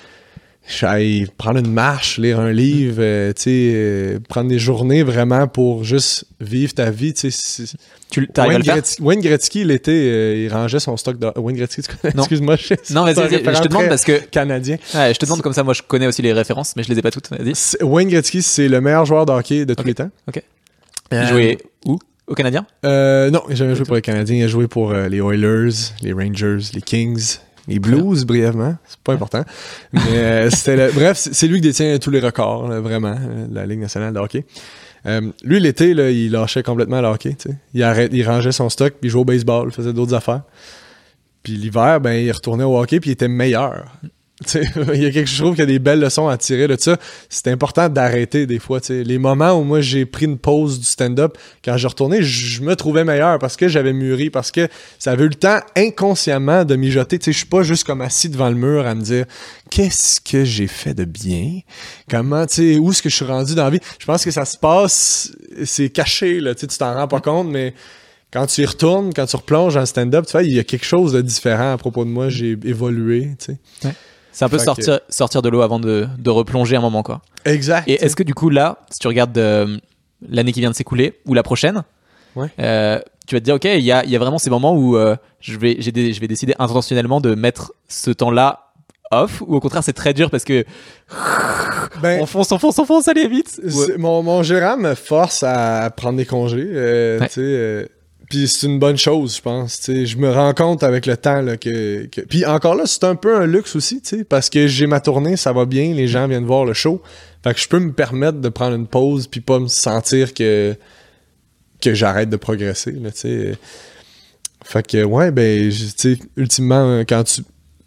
j'aille prendre une marche, lire un livre, euh, tu sais, euh, prendre des journées vraiment pour juste vivre ta vie, tu sais. Tu Wayne, Gretzky, Wayne Gretzky, l'été, euh, il rangeait son stock de... Wayne Gretzky, tu connais? Excuse-moi, je Non, vas-y, vas-y je te demande parce que... Canadien. Ouais, je te demande comme ça, moi je connais aussi les références, mais je les ai pas toutes, vas-y. C'est, Wayne Gretzky, c'est le meilleur joueur de hockey de tous okay. les temps. OK. Il euh, jouait où? Au Canadien? Euh, non, il n'a jamais joué pour les Canadiens. Il a joué pour euh, les Oilers, les Rangers, les Kings... Les Blues, ouais. brièvement, c'est pas important. Mais euh, c'était le... Bref, c'est lui qui détient tous les records, là, vraiment, de la Ligue nationale de hockey. Euh, lui, l'été, là, il lâchait complètement le hockey. T'sais. Il, arrête, il rangeait son stock, puis il jouait au baseball, il faisait d'autres affaires. Puis l'hiver, ben, il retournait au hockey, puis il était meilleur. T'sais, il y a quelque chose, je trouve qu'il y a des belles leçons à tirer de ça. C'est important d'arrêter des fois. T'sais. Les moments où moi j'ai pris une pause du stand-up, quand je retournais, je me trouvais meilleur parce que j'avais mûri, parce que ça avait eu le temps inconsciemment de mijoter. Je suis pas juste comme assis devant le mur à me dire qu'est-ce que j'ai fait de bien, comment, tu sais, où est-ce que je suis rendu dans la vie. Je pense que ça se passe, c'est caché, là, tu t'en rends pas compte, mais quand tu y retournes, quand tu replonges dans le stand-up, tu vois, il y a quelque chose de différent à propos de moi. J'ai évolué, tu sais. Ouais. C'est un peu sortir, que... sortir de l'eau avant de, de replonger un moment, quoi. Exact. Et est-ce que du coup, là, si tu regardes euh, l'année qui vient de s'écouler, ou la prochaine, ouais. euh, tu vas te dire, OK, il y a, y a vraiment ces moments où euh, je, vais, j'ai des, je vais décider intentionnellement de mettre ce temps-là off, ou au contraire c'est très dur parce que Ben, on fonce, on fonce, on fonce, allez vite. c'est- mon, mon gérant me force à prendre des congés. Euh, Ouais. tu sais, euh, puis c'est une bonne chose, je pense. Tu sais, je me rends compte avec le temps là, que, que... Puis encore là, c'est un peu un luxe aussi, tu sais, parce que j'ai ma tournée, ça va bien, les gens viennent voir le show. Fait que je peux me permettre de prendre une pause puis pas me sentir que, que j'arrête de progresser, là, tu sais. Fait que, ouais, ben, tu sais, ultimement, quand tu...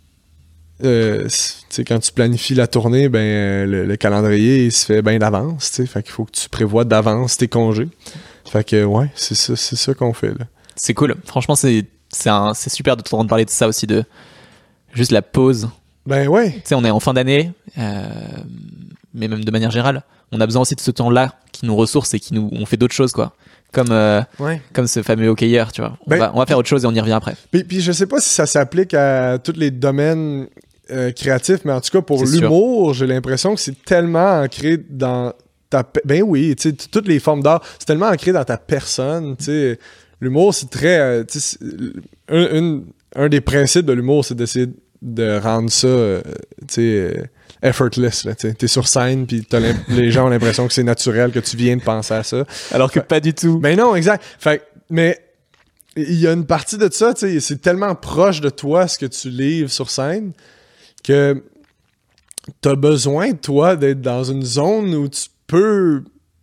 Euh, tu sais, quand tu planifies la tournée, ben euh, le, le calendrier il se fait bien d'avance, tu sais, fait qu'il faut que tu prévois d'avance tes congés. Fait que ouais, c'est ça, c'est ça qu'on fait là. C'est cool. Franchement, c'est c'est un- c'est super de t'entendre parler de ça aussi, de juste la pause. Ben ouais. Tu sais, on est en fin d'année, euh, mais même de manière générale, on a besoin aussi de ce temps-là qui nous ressource et qui nous on fait d'autres choses quoi. Comme euh, Ouais. comme ce fameux hockeyeur, tu vois. On, Ben- va, on va faire autre chose et on y revient après. Puis, puis je sais pas si ça s'applique à tous les domaines euh, créatifs, mais en tout cas pour C'est sûr. l'humour, j'ai l'impression que c'est tellement ancré dans ta pe- ben oui, tu sais, t- toutes les formes d'art, c'est tellement ancré dans ta personne, tu sais. L'humour, c'est très euh, tu sais, c'est- un, une- un des principes de l'humour, c'est d'essayer de rendre ça euh, tu sais euh, effortless là, tu sais. T'es sur scène puis t'as l'im- les gens ont l'impression que c'est naturel, que tu viens de penser à ça. Alors que pas du tout. Ben non, exact. Fait que- mais il y a une partie de ça, tu sais, c'est tellement proche de toi ce que tu livres sur scène que t'as besoin, toi, d'être dans une zone où tu peux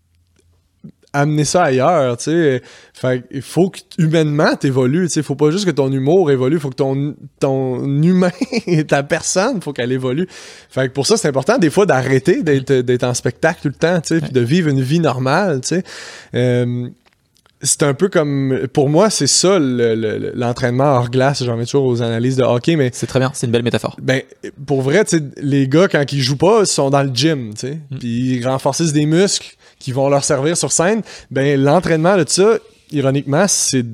amener ça ailleurs, tu sais. Fait il faut que humainement t'évolues, tu sais. Faut pas juste que ton humour évolue, faut que ton, ton humain, ta personne, faut qu'elle évolue. Fait que pour ça, c'est important des fois d'arrêter d'être, d'être en spectacle tout le temps, tu sais, puis de vivre une vie normale, tu sais. Euh, c'est un peu comme... Pour moi, c'est ça, le- le- l'entraînement hors glace. J'en mets toujours aux analyses de hockey, mais C'est très bien, c'est une belle métaphore. ben, pour vrai, tu sais, les gars, quand ils jouent pas, ils sont dans le gym, tu sais. Mm. Puis ils renforcent des muscles qui vont leur servir sur scène. Ben, l'entraînement de ça, ironiquement, c'est...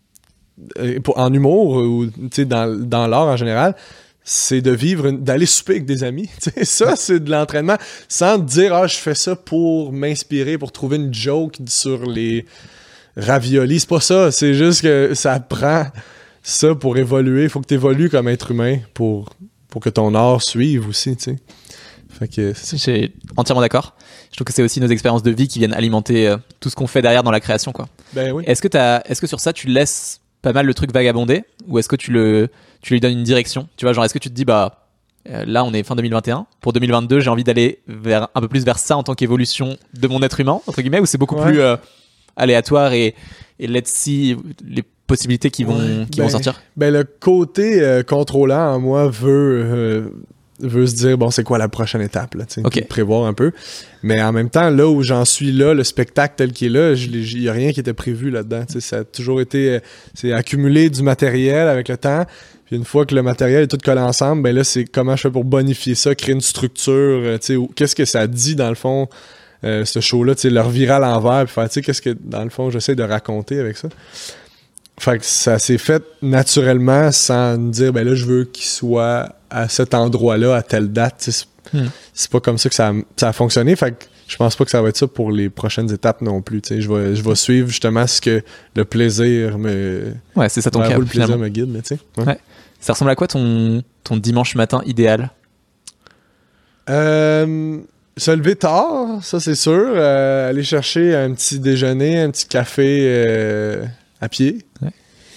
euh, pour- en humour, ou, tu sais, dans, dans l'art en général, c'est de vivre, une- d'aller souper avec des amis. Tu sais, ça, c'est de l'entraînement. Sans te dire, ah, je fais ça pour m'inspirer, pour trouver une joke sur les raviolis. C'est pas ça. C'est juste que ça prend ça pour évoluer. Il faut que tu évolues comme être humain pour, pour que ton art suive aussi, tu sais. Fait que c'est- Je suis entièrement d'accord. Je trouve que c'est aussi nos expériences de vie qui viennent alimenter euh, tout ce qu'on fait derrière dans la création, quoi. ben oui. Est-ce que t'as, est-ce que sur ça tu laisses pas mal le truc vagabonder, ou est-ce que tu le, tu lui donnes une direction? Tu vois, genre est-ce que tu te dis bah euh, là on est fin deux mille vingt et un, pour deux mille vingt-deux j'ai envie d'aller vers un peu plus vers ça en tant qu'évolution de mon être humain entre guillemets, ou c'est beaucoup Ouais. plus euh, aléatoire et, et let's see les possibilités qui vont, Ouais. qui Ben, vont sortir? Ben, le côté euh, contrôlant en moi veut, euh, veut se dire, bon, c'est quoi la prochaine étape, là, tu sais, Ok. puis prévoir un peu. Mais en même temps, là où j'en suis là, le spectacle tel qu'il est là, il n'y a rien qui était prévu là-dedans. Tu sais, ça a toujours été, euh, c'est accumuler du matériel avec le temps. Puis une fois que le matériel est tout collé ensemble, ben là, c'est comment je fais pour bonifier ça, créer une structure, euh, tu sais, où- qu'est-ce que ça dit dans le fond, euh, ce show-là, tu sais, le revirer à l'envers, puis faire, tu sais, qu'est-ce que dans le fond j'essaie de raconter avec ça. Fait que ça s'est fait naturellement sans me dire, ben là, je veux qu'il soit à cet endroit-là, à telle date. Tu sais, C'est Hmm. c'est pas comme ça que ça a, ça a fonctionné. Fait que je pense pas que ça va être ça pour les prochaines étapes non plus. Tu sais, je vais, je vais suivre justement ce que le plaisir me. Ouais, c'est ça ton vers cas où le plaisir finalement. me guide, là, tu sais. Ouais. Ouais. Ça ressemble à quoi ton, ton dimanche matin idéal? Euh, se lever tard, ça c'est sûr. Euh, aller chercher un petit déjeuner, un petit café euh, à pied. Ouais.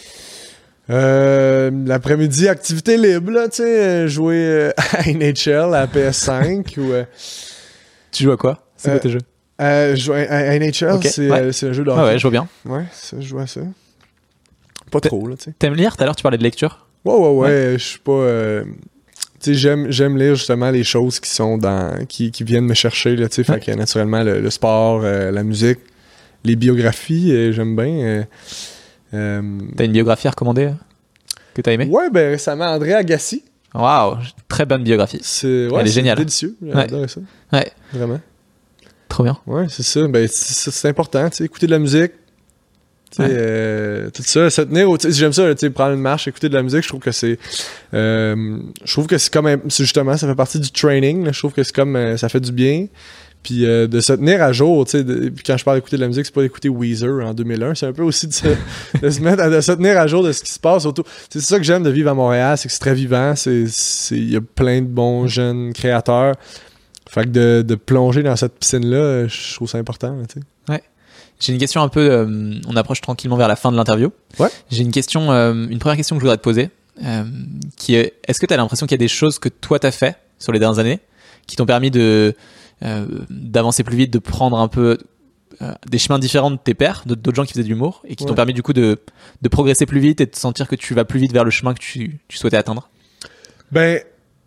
Euh, l'après-midi, activité libre, là, tu sais, euh, jouer euh, à N H L, à P S cinq ou... euh, Tu joues à quoi? C'est Euh, quoi tes jeux? euh, jouer à, à N H L, Ok, c'est, ouais. euh, c'est un jeu de Ah hockey. ouais, je vois bien. Ouais, ça, je joue à ça. Pas T'es- trop, là, tu sais. T'aimes lire? Tout à l'heure tu parlais de lecture. Ouais, ouais, ouais, je suis pas... euh, tu sais, j'aime, j'aime lire justement les choses qui sont dans... qui, qui viennent me chercher, là, tu sais. Ouais. Fait que naturellement, le, le sport, euh, la musique, les biographies, euh, j'aime bien. euh, euh, T'as une biographie à recommander que t'as aimé? ouais, ben récemment, André Agassi. Waouh, très bonne biographie. C'est, ouais, Elle est c'est géniale. délicieux. J'ai Ouais. adoré ça. Ouais, Vraiment. trop bien. Ouais, c'est ça. Ben, c'est, c'est important, tu sais, écouter de la musique. Tu sais, Ouais. euh, tout ça, se tenir au- tu sais, j'aime ça, tu sais, prendre une marche, écouter de la musique, je trouve que c'est euh, je trouve que c'est comme un- c'est justement, ça fait partie du training, là, je trouve que c'est comme euh, ça fait du bien. Puis euh, de se tenir à jour, tu sais, puis quand je parle d'écouter de la musique, c'est pas d'écouter Weezer en deux mille un, c'est un peu aussi de se, de se mettre, à, de se tenir à jour de ce qui se passe autour. C'est ça que j'aime de vivre à Montréal, c'est que c'est très vivant, c'est, c'est, il y a plein de bons jeunes créateurs. Fait que de, de plonger dans cette piscine-là, je trouve ça important, tu sais. Ouais. J'ai une question un peu, euh, on approche tranquillement vers la fin de l'interview. Ouais. J'ai une question, euh, une première question que je voudrais te poser, euh, qui est, est-ce que tu as l'impression qu'il y a des choses que toi t'as fait sur les dernières années qui t'ont permis de euh, d'avancer plus vite, de prendre un peu euh, des chemins différents de tes pairs, d'autres gens qui faisaient de l'humour, et qui ouais. t'ont permis du coup de, de progresser plus vite et de sentir que tu vas plus vite vers le chemin que tu, tu souhaitais atteindre? Ben,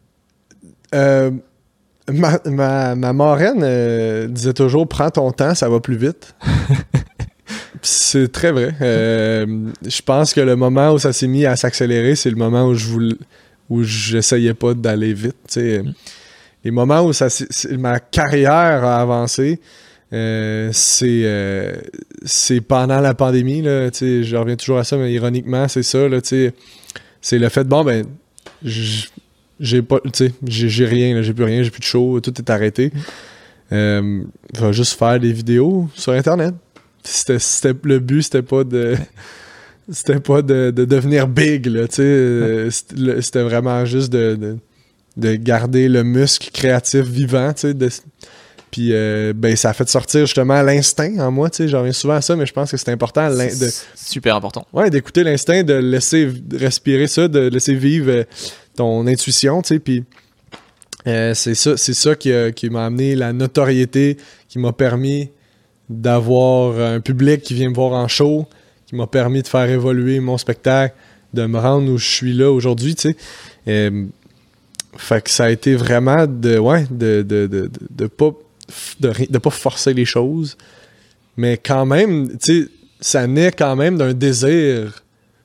euh, ma, ma, ma marraine euh, disait toujours « Prends ton temps, ça va plus vite ». C'est très vrai. Euh, je pense que le moment où ça s'est mis à s'accélérer, c'est le moment où je voulais, où j'essayais pas d'aller vite. T'sais. Mm. Les moments où ça, ma carrière a avancé, euh, c'est, euh, c'est pendant la pandémie. Là, je reviens toujours à ça, mais ironiquement, c'est ça. Là, c'est le fait de bon, ben, j'ai pas, j'ai, j'ai rien, là, j'ai plus rien, j'ai plus de show, tout est arrêté. Euh, va juste faire des vidéos sur Internet. C'était, c'était, le but, c'était pas de c'était pas de, de devenir big, là, tu sais. C'était, c'était vraiment juste de, de, de garder le muscle créatif vivant, tu sais. De, puis, euh, ben, ça a fait sortir justement l'instinct en moi, tu sais. J'en reviens souvent à ça, mais je pense que c'est important. De, super important. Ouais, d'écouter l'instinct, de laisser respirer ça, de laisser vivre ton intuition, tu sais. Puis, euh, c'est ça, c'est ça qui, a, qui m'a amené la notoriété, qui m'a permis d'avoir un public qui vient me voir en show, qui m'a permis de faire évoluer mon spectacle, de me rendre où je suis là aujourd'hui, tu sais. Euh, fait que ça a été vraiment de, ouais, de, de, de, de, de pas, de, de pas forcer les choses, mais quand même, tu sais, ça naît quand même d'un désir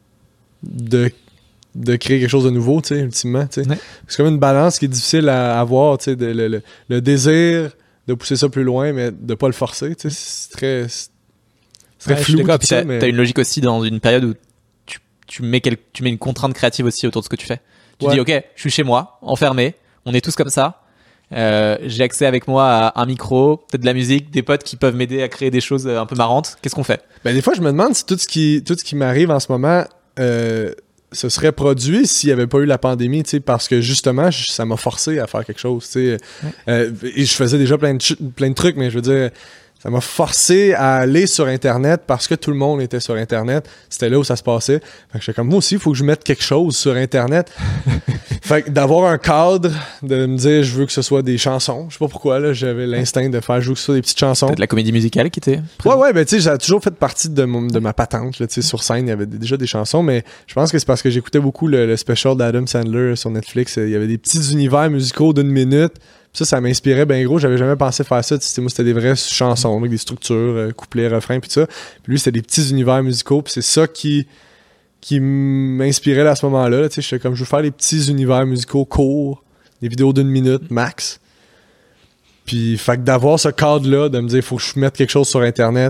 de, de créer quelque chose de nouveau, tu sais, ultimement, tu sais. Ouais. C'est comme une balance qui est difficile à avoir, tu sais, de, le, le, le désir de pousser ça plus loin, mais de pas le forcer, tu sais, c'est très, c'est très ouais, flou. Puis t'as, mais... t'as une logique aussi dans une période où tu, tu, mets quel, tu mets une contrainte créative aussi autour de ce que tu fais. Tu ouais. dis, ok, je suis chez moi, enfermé, on est tous comme ça, euh, j'ai accès avec moi à un micro, peut-être de la musique, des potes qui peuvent m'aider à créer des choses un peu marrantes. Qu'est-ce qu'on fait? Ben, des fois, je me demande si tout ce qui, tout ce qui m'arrive en ce moment, euh, se serait produit s'il n'y avait pas eu la pandémie, tu sais, parce que justement, je, ça m'a forcé à faire quelque chose, tu sais. Ouais. Euh, et je faisais déjà plein de, plein de trucs, mais je veux dire, ça m'a forcé à aller sur Internet parce que tout le monde était sur Internet. C'était là où ça se passait. Fait que j'étais comme, moi aussi, il faut que je mette quelque chose sur Internet. Fait que d'avoir un cadre, de me dire, je veux que ce soit des chansons. Je sais pas pourquoi, là, j'avais l'instinct de faire jouer que ce soit des petites chansons. C'était de la comédie musicale qui était présente. Ouais, ouais, ben tu sais, ça a toujours fait partie de, mon, de ma patente, là, tu sais, sur scène, il y avait déjà des chansons, mais je pense que c'est parce que j'écoutais beaucoup le, le special d'Adam Sandler sur Netflix. Il y avait des petits univers musicaux d'une minute. Ça, ça m'inspirait bien gros. J'avais jamais pensé faire ça. C'était, moi, c'était des vraies chansons, avec des structures, euh, couplets, refrains, puis ça. Puis lui, c'était des petits univers musicaux. Puis c'est ça qui, qui m'inspirait là, à ce moment-là. Là, j'étais comme, je veux faire des petits univers musicaux courts, des vidéos d'une minute max. Puis, fait que d'avoir ce cadre-là, de me dire, il faut que je mette quelque chose sur Internet,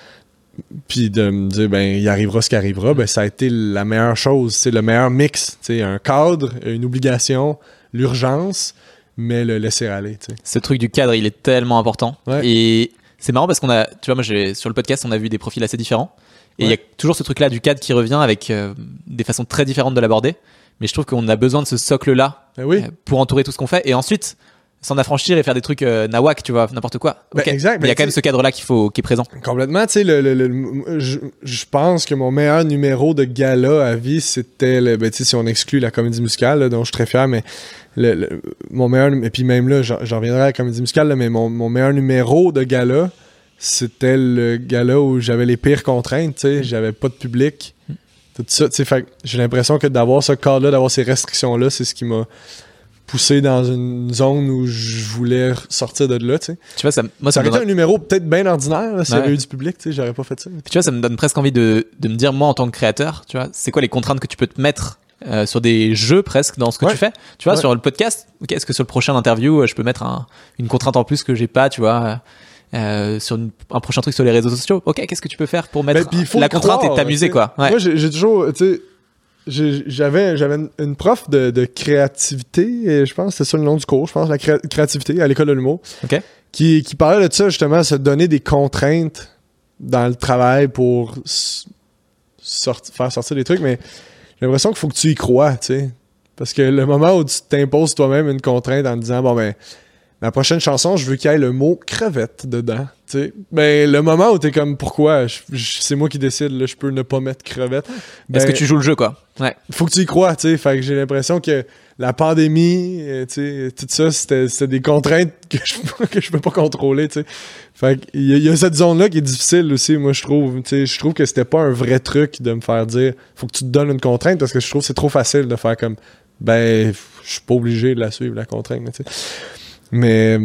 puis de me dire, ben, il arrivera ce qui arrivera, ben, ça a été la meilleure chose. C'est le meilleur mix. T'sais, un cadre, une obligation, l'urgence, mais le laisser aller, tu sais. Ce truc du cadre, il est tellement important. Ouais. Et c'est marrant parce qu'on a, tu vois, moi, j'ai, sur le podcast, on a vu des profils assez différents. Et il ouais. y a toujours ce truc-là du cadre qui revient avec euh, des façons très différentes de l'aborder. Mais je trouve qu'on a besoin de ce socle-là ben oui. euh, pour entourer tout ce qu'on fait. Et ensuite, s'en affranchir et faire des trucs euh, nawak, tu vois, n'importe quoi. Ben okay. Exact. Mais il y a quand même ce cadre-là qu'il faut, qui est présent. Complètement, tu sais, le, le, le, je, je pense que mon meilleur numéro de gala à vie, c'était, le, ben, tu sais, si on exclut la comédie musicale, là, dont je suis très fier, mais le, le, mon meilleur, et puis même là, j'en, j'en reviendrai à la comédie musicale, là, mais mon, mon meilleur numéro de gala, c'était le gala où j'avais les pires contraintes, tu sais, j'avais pas de public, tout ça, tu sais, fait j'ai l'impression que d'avoir ce cadre-là, d'avoir ces restrictions-là, c'est ce qui m'a poussé dans une zone où je voulais sortir de là, tu sais. Tu vois, ça, moi, ça, ça aurait donne... été un numéro peut-être bien ordinaire, là, s'il y avait eu du public, tu sais, j'aurais pas fait ça. Puis tu vois, ça me donne presque envie de, de me dire, moi, en tant que créateur, tu vois, c'est quoi les contraintes que tu peux te mettre euh, sur des jeux presque dans ce que ouais. tu fais, tu vois, ouais. sur le podcast. Ok, est-ce que sur le prochain interview, je peux mettre un, une contrainte en plus que j'ai pas, tu vois, euh, sur une, un prochain truc sur les réseaux sociaux. Ok, qu'est-ce que tu peux faire pour mettre ben, la contrainte croire, et t'amuser, quoi. Ouais. Moi, j'ai, j'ai toujours, tu sais. J'avais, j'avais une prof de, de créativité, et je pense que c'est ça le nom du cours, je pense, la cré- créativité à l'école de l'humour, okay. qui, qui parlait de ça, justement, se donner des contraintes dans le travail pour sorti- faire sortir des trucs, mais j'ai l'impression qu'il faut que tu y crois, tu sais. Parce que le moment où tu t'imposes toi-même une contrainte en te disant, bon, ben, ma prochaine chanson, je veux qu'il y ait le mot crevette dedans, tu sais. Ben, le moment où t'es comme, pourquoi? Je- je- c'est moi qui décide, là, je peux ne pas mettre crevette. Ben, Est-ce que tu joues le jeu, quoi? Ouais. faut que tu y crois, tu sais. Fait que j'ai l'impression que la pandémie, euh, tu sais, tout ça, c'était, c'était des contraintes que je, que je peux pas contrôler, tu sais. Fait qu'il y, a- il y a cette zone-là qui est difficile aussi, moi, je trouve. Tu sais, je trouve que c'était pas un vrai truc de me faire dire, faut que tu te donnes une contrainte, parce que je trouve que c'est trop facile de faire comme, ben, je suis pas obligé de la suivre, la contrainte, tu sais. Mais,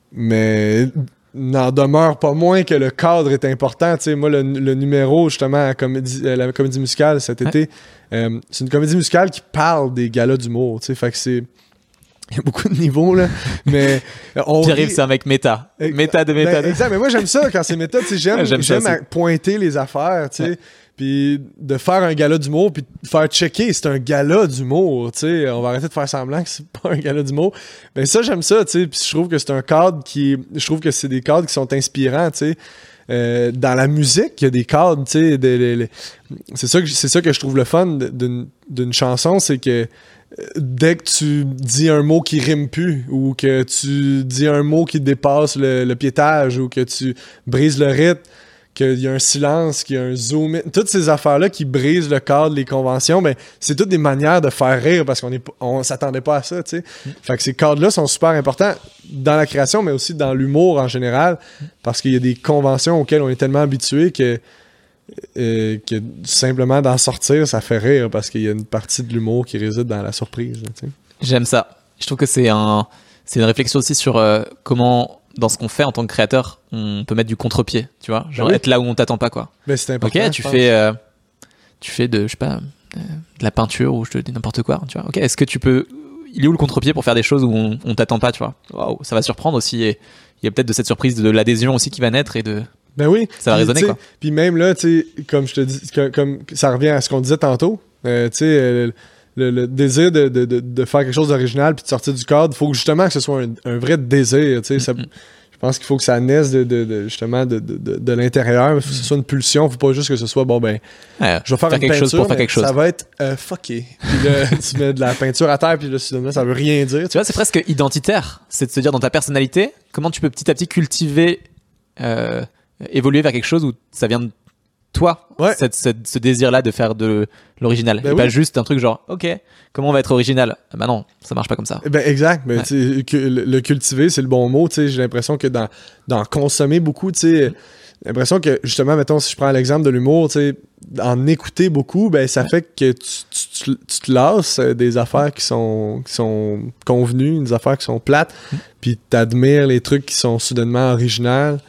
mais n'en demeure pas moins que le cadre est important. Tu sais, moi, le, le numéro, justement, à la comédie, à la comédie musicale cet Ouais. été, euh, c'est une comédie musicale qui parle des galas d'humour. Tu sais, fait que c'est... Il y a beaucoup de niveaux, là. Mais on Pierre-Yves, rit- c'est un mec méta. Ex- Méta de méta. ben, de- exact, mais moi j'aime ça quand c'est méta, tu sais, j'aime, Ouais, j'aime ça j'aime à aussi. pointer les affaires, tu sais, Ouais. puis de faire un gala d'humour, puis de faire checker, c'est un gala d'humour, tu sais, on va arrêter de faire semblant que c'est pas un gala d'humour. Ben ça j'aime ça, tu sais, puis je trouve que c'est un cadre qui, je trouve que c'est des cadres qui sont inspirants, tu sais. Euh, dans la musique, il y a des cadres, tu sais, de- de- de- c'est ça que c'est ça que je trouve le fun d'une d'une chanson, c'est que dès que tu dis un mot qui rime plus, ou que tu dis un mot qui dépasse le, le piétage, ou que tu brises le rythme, qu'il y a un silence, qu'il y a un zoom in, toutes ces affaires-là qui brisent le cadre, les conventions, ben, c'est toutes des manières de faire rire parce qu'on est, p- on s'attendait pas à ça, tu sais. Fait que ces cadres-là sont super importants dans la création, mais aussi dans l'humour en général, parce qu'il y a des conventions auxquelles on est tellement habitué que Euh, que simplement d'en sortir, ça fait rire parce qu'il y a une partie de l'humour qui réside dans la surprise. Là, tu sais. J'aime ça. Je trouve que c'est un, c'est une réflexion aussi sur euh, comment, dans ce qu'on fait en tant que créateur, on peut mettre du contre-pied, tu vois, genre oui. être là où on t'attend pas, quoi. Mais c'est important. Ok, je tu pense. fais, euh, tu fais de, je sais pas, euh, de la peinture ou je te dis n'importe quoi, tu vois. Ok, est-ce que tu peux, il est où le contre-pied pour faire des choses où on, on t'attend pas, tu vois. Waouh, ça va surprendre aussi et il y a peut-être de cette surprise de l'adhésion aussi qui va naître et de. Ben oui. Ça va Puis, résonner, tu sais, quoi. Puis même là, tu sais, comme je te dis, que- comme ça revient à ce qu'on disait tantôt, euh, tu sais, euh, le, le désir de, de, de, de faire quelque chose d'original puis de sortir du cadre, il faut justement que ce soit un, un vrai désir, tu sais. ça- Mm-hmm. Je pense qu'il faut que ça naisse de, de, de- justement de, de, de, de l'intérieur, il faut que ce soit une pulsion, faut pas juste que ce soit, bon ben, Ouais, je vais faire, une quelque peinture, chose pour faire mais quelque chose. ça va être euh, fucké. Puis là, tu mets de la peinture à terre, puis là, soudainement, ça veut rien dire. Tu vois, c'est presque identitaire. C'est de se dire dans ta personnalité, comment tu peux petit à petit cultiver, euh, évoluer vers quelque chose où ça vient de toi, Ouais. cette, cette- ce désir-là de faire de l'original. Ben et oui. pas juste un truc genre, ok, comment on va être original? Ah bah non, ça marche pas comme ça. Eh Ben exact, mais Ouais. tu sais, que le, le cultiver, c'est le bon mot, tu sais, j'ai l'impression que dans, dans consommer beaucoup, tu sais, j'ai l'impression que justement, mettons, si je prends l'exemple de l'humour, tu sais, en écouter beaucoup, ben ça fait que tu, tu, tu- tu te lasses euh, des affaires qui sont, qui sont convenues, des affaires qui sont plates, puis t'admires les trucs qui sont soudainement originaux,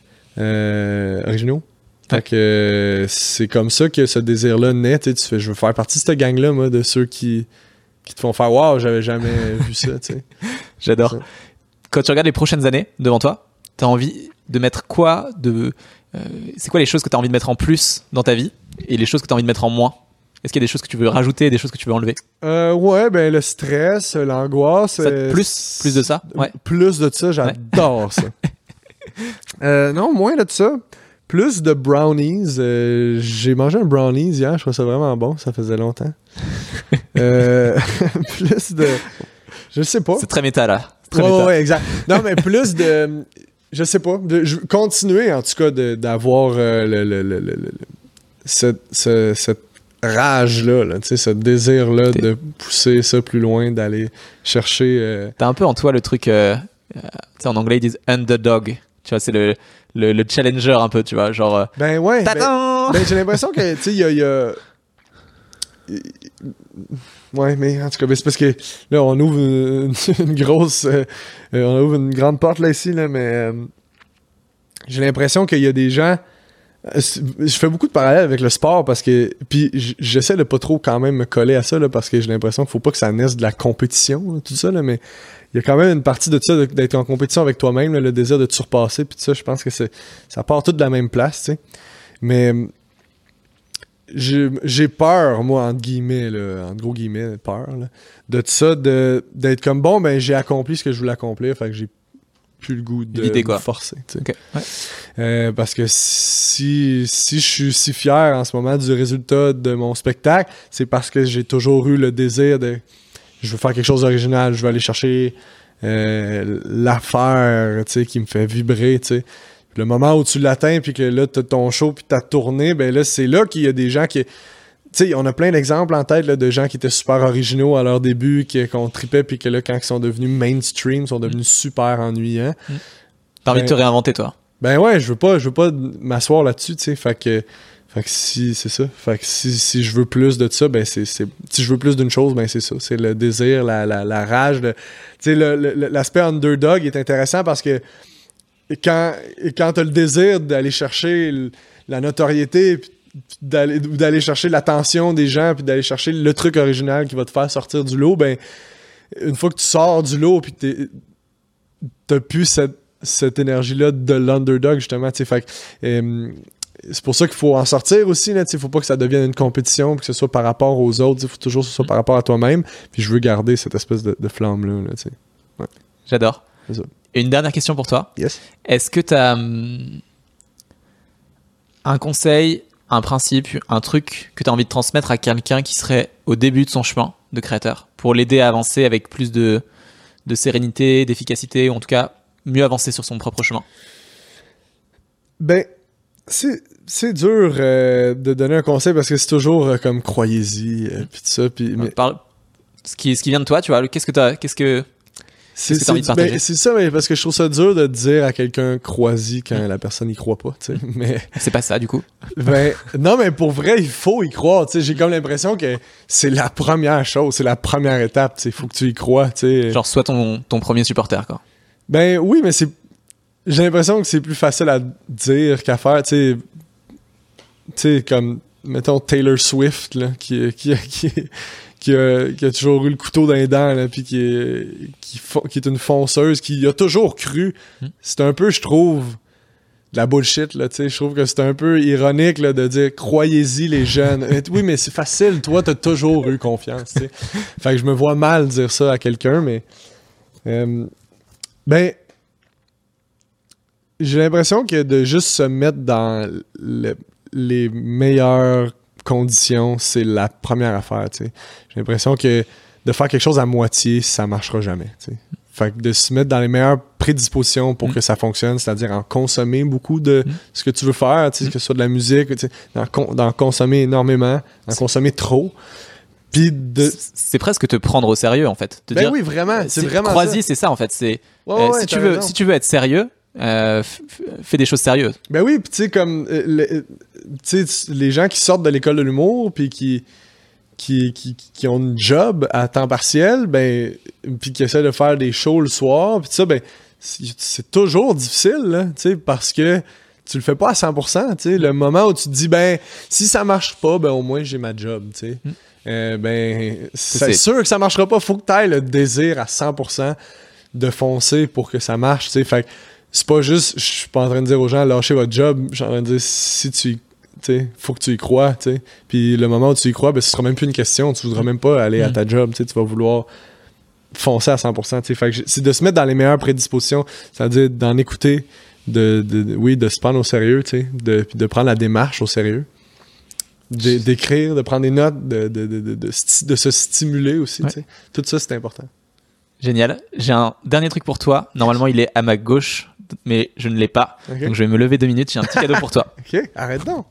euh, originaux. Fait Ouais. que euh, c'est comme ça que ce désir-là naît, tu sais, tu fais, je veux faire partie de cette gang-là, moi, de ceux qui, qui te font faire « Wow, j'avais jamais vu ça », tu sais. J'adore. Ça. Quand tu regardes les prochaines années devant toi, t'as envie de mettre quoi de, euh, c'est quoi les choses que t'as envie de mettre en plus dans ta vie et les choses que t'as envie de mettre en moins? Est-ce qu'il y a des choses que tu veux rajouter et des choses que tu veux enlever? Euh, ouais, ben le stress, l'angoisse. Ça te- euh, plus- plus de ça? Ouais. Plus de ça, j'adore ça. Euh, non, moins de ça. Plus de brownies. Euh, j'ai mangé un brownies hier, je trouvais ça vraiment bon, ça faisait longtemps. Euh, plus de. Je sais pas. C'est très méta là. C'est très Ouais, méta. ouais, exact. Non, mais plus de. Je sais pas. De, je, continuer, en tout cas, de- d'avoir euh, le, le, le, le- le- cette, ce- cette rage-là, là, tu sais, ce désir-là T'es- de pousser ça plus loin, d'aller chercher. euh, T'as un peu en toi le truc, euh, euh, tu sais, en anglais ils disent underdog. Tu vois, c'est le, le, le challenger un peu, tu vois, genre. euh, Ben ouais. Ben, Tadam! ben, j'ai l'impression que, tu sais, il y a. il y a- Ouais, mais en tout cas, ben, c'est parce que là, on ouvre une, une grosse. euh, euh, on ouvre une grande porte là ici, là, mais euh, j'ai l'impression qu'il y a des gens. euh, c'est- Je fais beaucoup de parallèles avec le sport parce que. Puis j- j'essaie de pas trop quand même me coller à ça là, parce que j'ai l'impression qu'il faut pas que ça naisse de la compétition, là, tout ça, là, mais il y a quand même une partie de ça, de- d'être en compétition avec toi-même, là, le désir de te surpasser, puis tout ça, je pense que c'est, ça part tout de la même place, tu sais. Mais j'ai, j'ai peur, moi, entre guillemets, là, entre gros guillemets, peur, là, de ça, de, d'être comme bon, ben j'ai accompli ce que je voulais accomplir, fait que j'ai plus le goût de L'idée, quoi. me forcer. Okay. Ouais. Euh, parce que si, si je suis si fier en ce moment du résultat de mon spectacle, c'est parce que j'ai toujours eu le désir de... Je veux faire quelque chose d'original, je veux aller chercher euh, l'affaire qui me fait vibrer. T'sais. Le moment où tu l'atteins, puis que là, tu as ton show, puis tu as tourné, ben là, c'est là qu'il y a des gens qui... Tu sais, on a plein d'exemples en tête là, de gens qui étaient super originaux à leur début, qui, qu'on tripait, puis que là, quand ils sont devenus mainstream, ils sont devenus mmh. super ennuyants. Mmh. T'as envie ben, de te réinventer, toi? Ben ouais, je veux pas, je veux pas m'asseoir là-dessus, tu sais. Fait que, fait que si, c'est ça. Fait que si, si je veux plus de ça, ben c'est, c'est... Si je veux plus d'une chose, ben c'est ça. C'est le désir, la, la, la rage. Tu sais, le, le, l'aspect underdog est intéressant parce que quand, quand t'as le désir d'aller chercher la notoriété, puis d'aller, d'aller chercher l'attention des gens, puis d'aller chercher le truc original qui va te faire sortir du lot, ben une fois que tu sors du lot, puis que t'as plus cette, cette énergie-là de l'underdog, justement, tu sais, fait que euh, c'est pour ça qu'il faut en sortir aussi, là, tu sais, faut pas que ça devienne une compétition, puis que ce soit par rapport aux autres, il faut toujours que ce soit par rapport à toi-même, puis je veux garder cette espèce de, de flamme-là, là, tu sais. Ouais. J'adore. C'est ça. Et une dernière question pour toi. Yes. Est-ce que t'as hum, un conseil, un principe, un truc que tu as envie de transmettre à quelqu'un qui serait au début de son chemin de créateur pour l'aider à avancer avec plus de, de sérénité, d'efficacité, ou en tout cas mieux avancer sur son propre chemin? Ben, c'est, c'est dur euh, de donner un conseil parce que c'est toujours euh, comme croyez-y, euh, puis tout ça. Pis, mais... Parle, ce, qui, ce qui vient de toi, tu vois, qu'est-ce que tu as, qu'est-ce que... C'est, c'est, ben, c'est ça, mais parce que je trouve ça dur de dire à quelqu'un crois-y quand mmh. la personne y croit pas, tu sais. Mais c'est pas ça du coup. Ben non, mais pour vrai, il faut y croire, tu sais. J'ai comme l'impression que c'est la première chose, c'est la première étape, tu sais. Il faut que tu y crois, tu sais. Genre sois ton ton premier supporter, quoi. Ben oui, mais c'est, j'ai l'impression que c'est plus facile à dire qu'à faire, tu sais. Tu sais, comme mettons Taylor Swift là, qui qui qui Qui a, qui a toujours eu le couteau dans les dents, là, puis qui est, qui, fo- qui est une fonceuse, qui a toujours cru. Mm. C'est un peu, je trouve, de la bullshit, là, tu sais. Je trouve que c'est un peu ironique, là, de dire « Croyez-y, les jeunes. » Oui, mais c'est facile. Toi, t'as toujours eu confiance, tu sais. Fait que je me vois mal dire ça à quelqu'un, mais... Euh, ben... J'ai l'impression que de juste se mettre dans le, les meilleurs... conditions, c'est la première affaire, tu sais. J'ai l'impression que de faire quelque chose à moitié, ça marchera jamais, tu sais. Fait que de se mettre dans les meilleures prédispositions pour mmh. que ça fonctionne, c'est-à-dire en consommer beaucoup de mmh. ce que tu veux faire, tu sais, mmh. que ce soit de la musique, tu sais, d'en, con- d'en consommer énormément, d'en consommer trop. Puis de... C'est presque te prendre au sérieux, en fait. Te ben dire, oui, vraiment, c'est, c'est vraiment crois-y, ça. c'est ça, en fait. C'est, ouais, euh, ouais, si, tu veux, si tu veux être sérieux, Euh, f- fais des choses sérieuses. Ben oui, puis tu sais, comme euh, le, tu sais, les gens qui sortent de l'école de l'humour puis qui, qui, qui, qui ont une job à temps partiel, ben, puis qui essaient de faire des shows le soir, puis ça, ben, c'est, c'est toujours difficile, là, tu sais, parce que tu le fais pas à cent pour cent, tu sais. Le moment où tu te dis, ben, si ça marche pas, ben, au moins j'ai ma job, tu sais. Mm. Euh, ben, c'est, c'est sûr que ça marchera pas. Faut que t'aies le désir à cent pour cent de foncer pour que ça marche, tu sais. Fait que c'est pas juste, je suis pas en train de dire aux gens lâchez votre job, je suis en train de dire si tu y, t'sais, faut que tu y crois, t'sais. Puis le moment où tu y crois, ben ce sera même plus une question, tu voudras même pas aller mm. à ta job, t'sais, tu vas vouloir foncer à cent pour cent, t'sais. Fait que c'est de se mettre dans les meilleures prédispositions, c'est-à-dire d'en écouter, de, de, de oui, de se prendre au sérieux, t'sais, de, de prendre la démarche au sérieux, de, d'écrire, de prendre des notes, de, de, de, de, de, sti- de se stimuler aussi, ouais. T'sais. Tout ça c'est important. Génial. J'ai un dernier truc pour toi. Normalement, il est à ma gauche, mais je ne l'ai pas. Okay. Donc, je vais me lever deux minutes. J'ai un petit cadeau pour toi. Ok, arrête donc.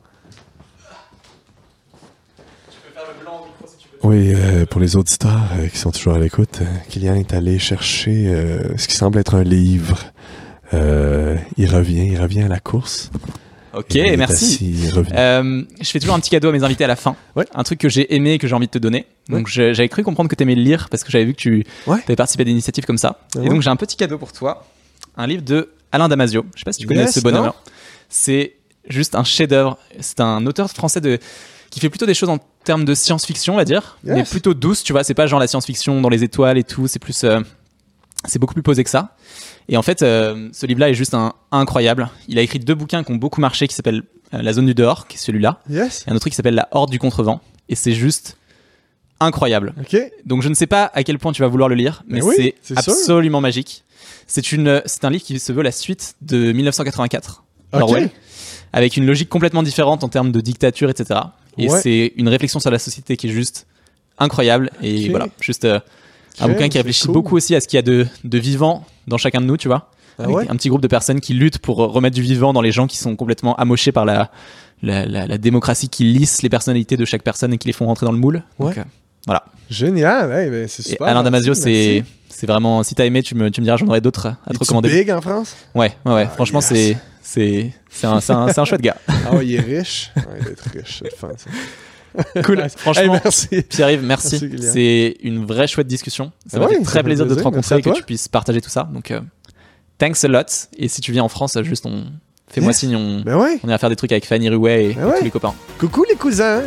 Tu peux faire le blanc au micro si tu veux. Oui, euh, pour les auditeurs euh, qui sont toujours à l'écoute, euh, Kylian est allé chercher euh, ce qui semble être un livre. Euh, il revient, il revient à la course. Ok, merci. Euh, je fais toujours un petit cadeau à mes invités à la fin. Ouais. Un truc que j'ai aimé et que j'ai envie de te donner. Donc ouais. j'avais cru comprendre que tu aimais le lire parce que j'avais vu que tu ouais. avais participé à des initiatives comme ça. Ouais. Et donc j'ai un petit cadeau pour toi. Un livre de Alain Damasio. Je sais pas si tu connais yes, ce bonhomme. C'est juste un chef-d'œuvre. C'est un auteur français de qui fait plutôt des choses en termes de science-fiction, on va dire, yes. mais plutôt douce. Tu vois, c'est pas genre la science-fiction dans les étoiles et tout. C'est plus, euh, c'est beaucoup plus posé que ça. Et en fait, euh, ce livre-là est juste un, incroyable. Il a écrit deux bouquins qui ont beaucoup marché, qui s'appellent euh, La zone du dehors, qui est celui-là, yes. et un autre truc qui s'appelle La horde du contrevent. Et c'est juste incroyable. Ok. Donc je ne sais pas à quel point tu vas vouloir le lire, mais, mais oui, c'est, c'est absolument sûr. magique. C'est, une, c'est un livre qui se veut la suite de dix-neuf cent quatre-vingt-quatre. Ok. Orwell, avec une logique complètement différente en termes de dictature, et cetera. Et Ouais. c'est une réflexion sur la société qui est juste incroyable. Et Ok. voilà, juste euh, un Ok, bouquin qui c'est réfléchit cool. beaucoup aussi à ce qu'il y a de, de vivant dans chacun de nous, tu vois. Ah Avec ouais? un petit groupe de personnes qui luttent pour remettre du vivant dans les gens qui sont complètement amochés par la, la, la, la démocratie qui lisse les personnalités de chaque personne et qui les font rentrer dans le moule. Donc, Ouais. euh, voilà. Génial, hey, ben, c'est Et super. Alain Damasio, merci, c'est, merci. c'est vraiment. Si t'as aimé, tu me, tu me diras, j'en aurai d'autres à te Es-tu recommander. big en France? Ouais, ouais, ouais. Ah, Franchement, yes. c'est, c'est, c'est, un, c'est, un, c'est un chouette gars. Ah ouais, il est riche. Ouais, il est très riche, c'est le fun, ça. Cool. Hey, Franchement, merci. Pierre-Yves, merci. Merci, Kylian. c'est une vraie chouette discussion. Ça Ah m'a ouais, fait ça très fait plaisir de te plaisir. Merci rencontrer à et que toi. tu puisses partager tout ça. Donc, euh, thanks a lot. Et si tu viens en France, juste on. Fais-moi Yes. signe, on, Ben ouais. on ira faire des trucs avec Fanny Rouet et, Ben et ouais. tous les copains. Coucou les cousins.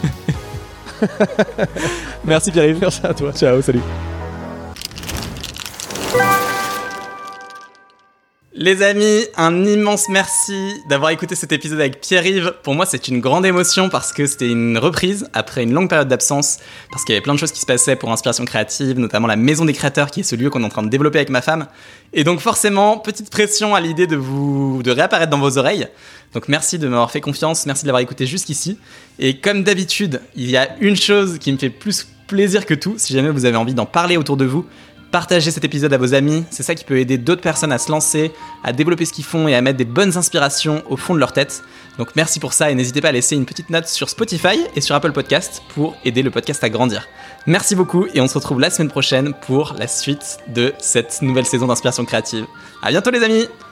Merci Pierre-Yves. Merci à toi. Ciao, salut. Les amis, un immense merci d'avoir écouté cet épisode avec Pierre-Yves. Pour moi, c'est une grande émotion parce que c'était une reprise après une longue période d'absence, parce qu'il y avait plein de choses qui se passaient pour Inspiration Créative, notamment la Maison des Créateurs, qui est ce lieu qu'on est en train de développer avec ma femme. Et donc forcément, petite pression à l'idée de vous de réapparaître dans vos oreilles. Donc merci de m'avoir fait confiance, merci de l'avoir écouté jusqu'ici. Et comme d'habitude, il y a une chose qui me fait plus plaisir que tout, si jamais vous avez envie d'en parler autour de vous, partagez cet épisode à vos amis, c'est ça qui peut aider d'autres personnes à se lancer, à développer ce qu'ils font et à mettre des bonnes inspirations au fond de leur tête. Donc merci pour ça et n'hésitez pas à laisser une petite note sur Spotify et sur Apple Podcast pour aider le podcast à grandir. Merci beaucoup et on se retrouve la semaine prochaine pour la suite de cette nouvelle saison d'Inspiration Créative. À bientôt les amis!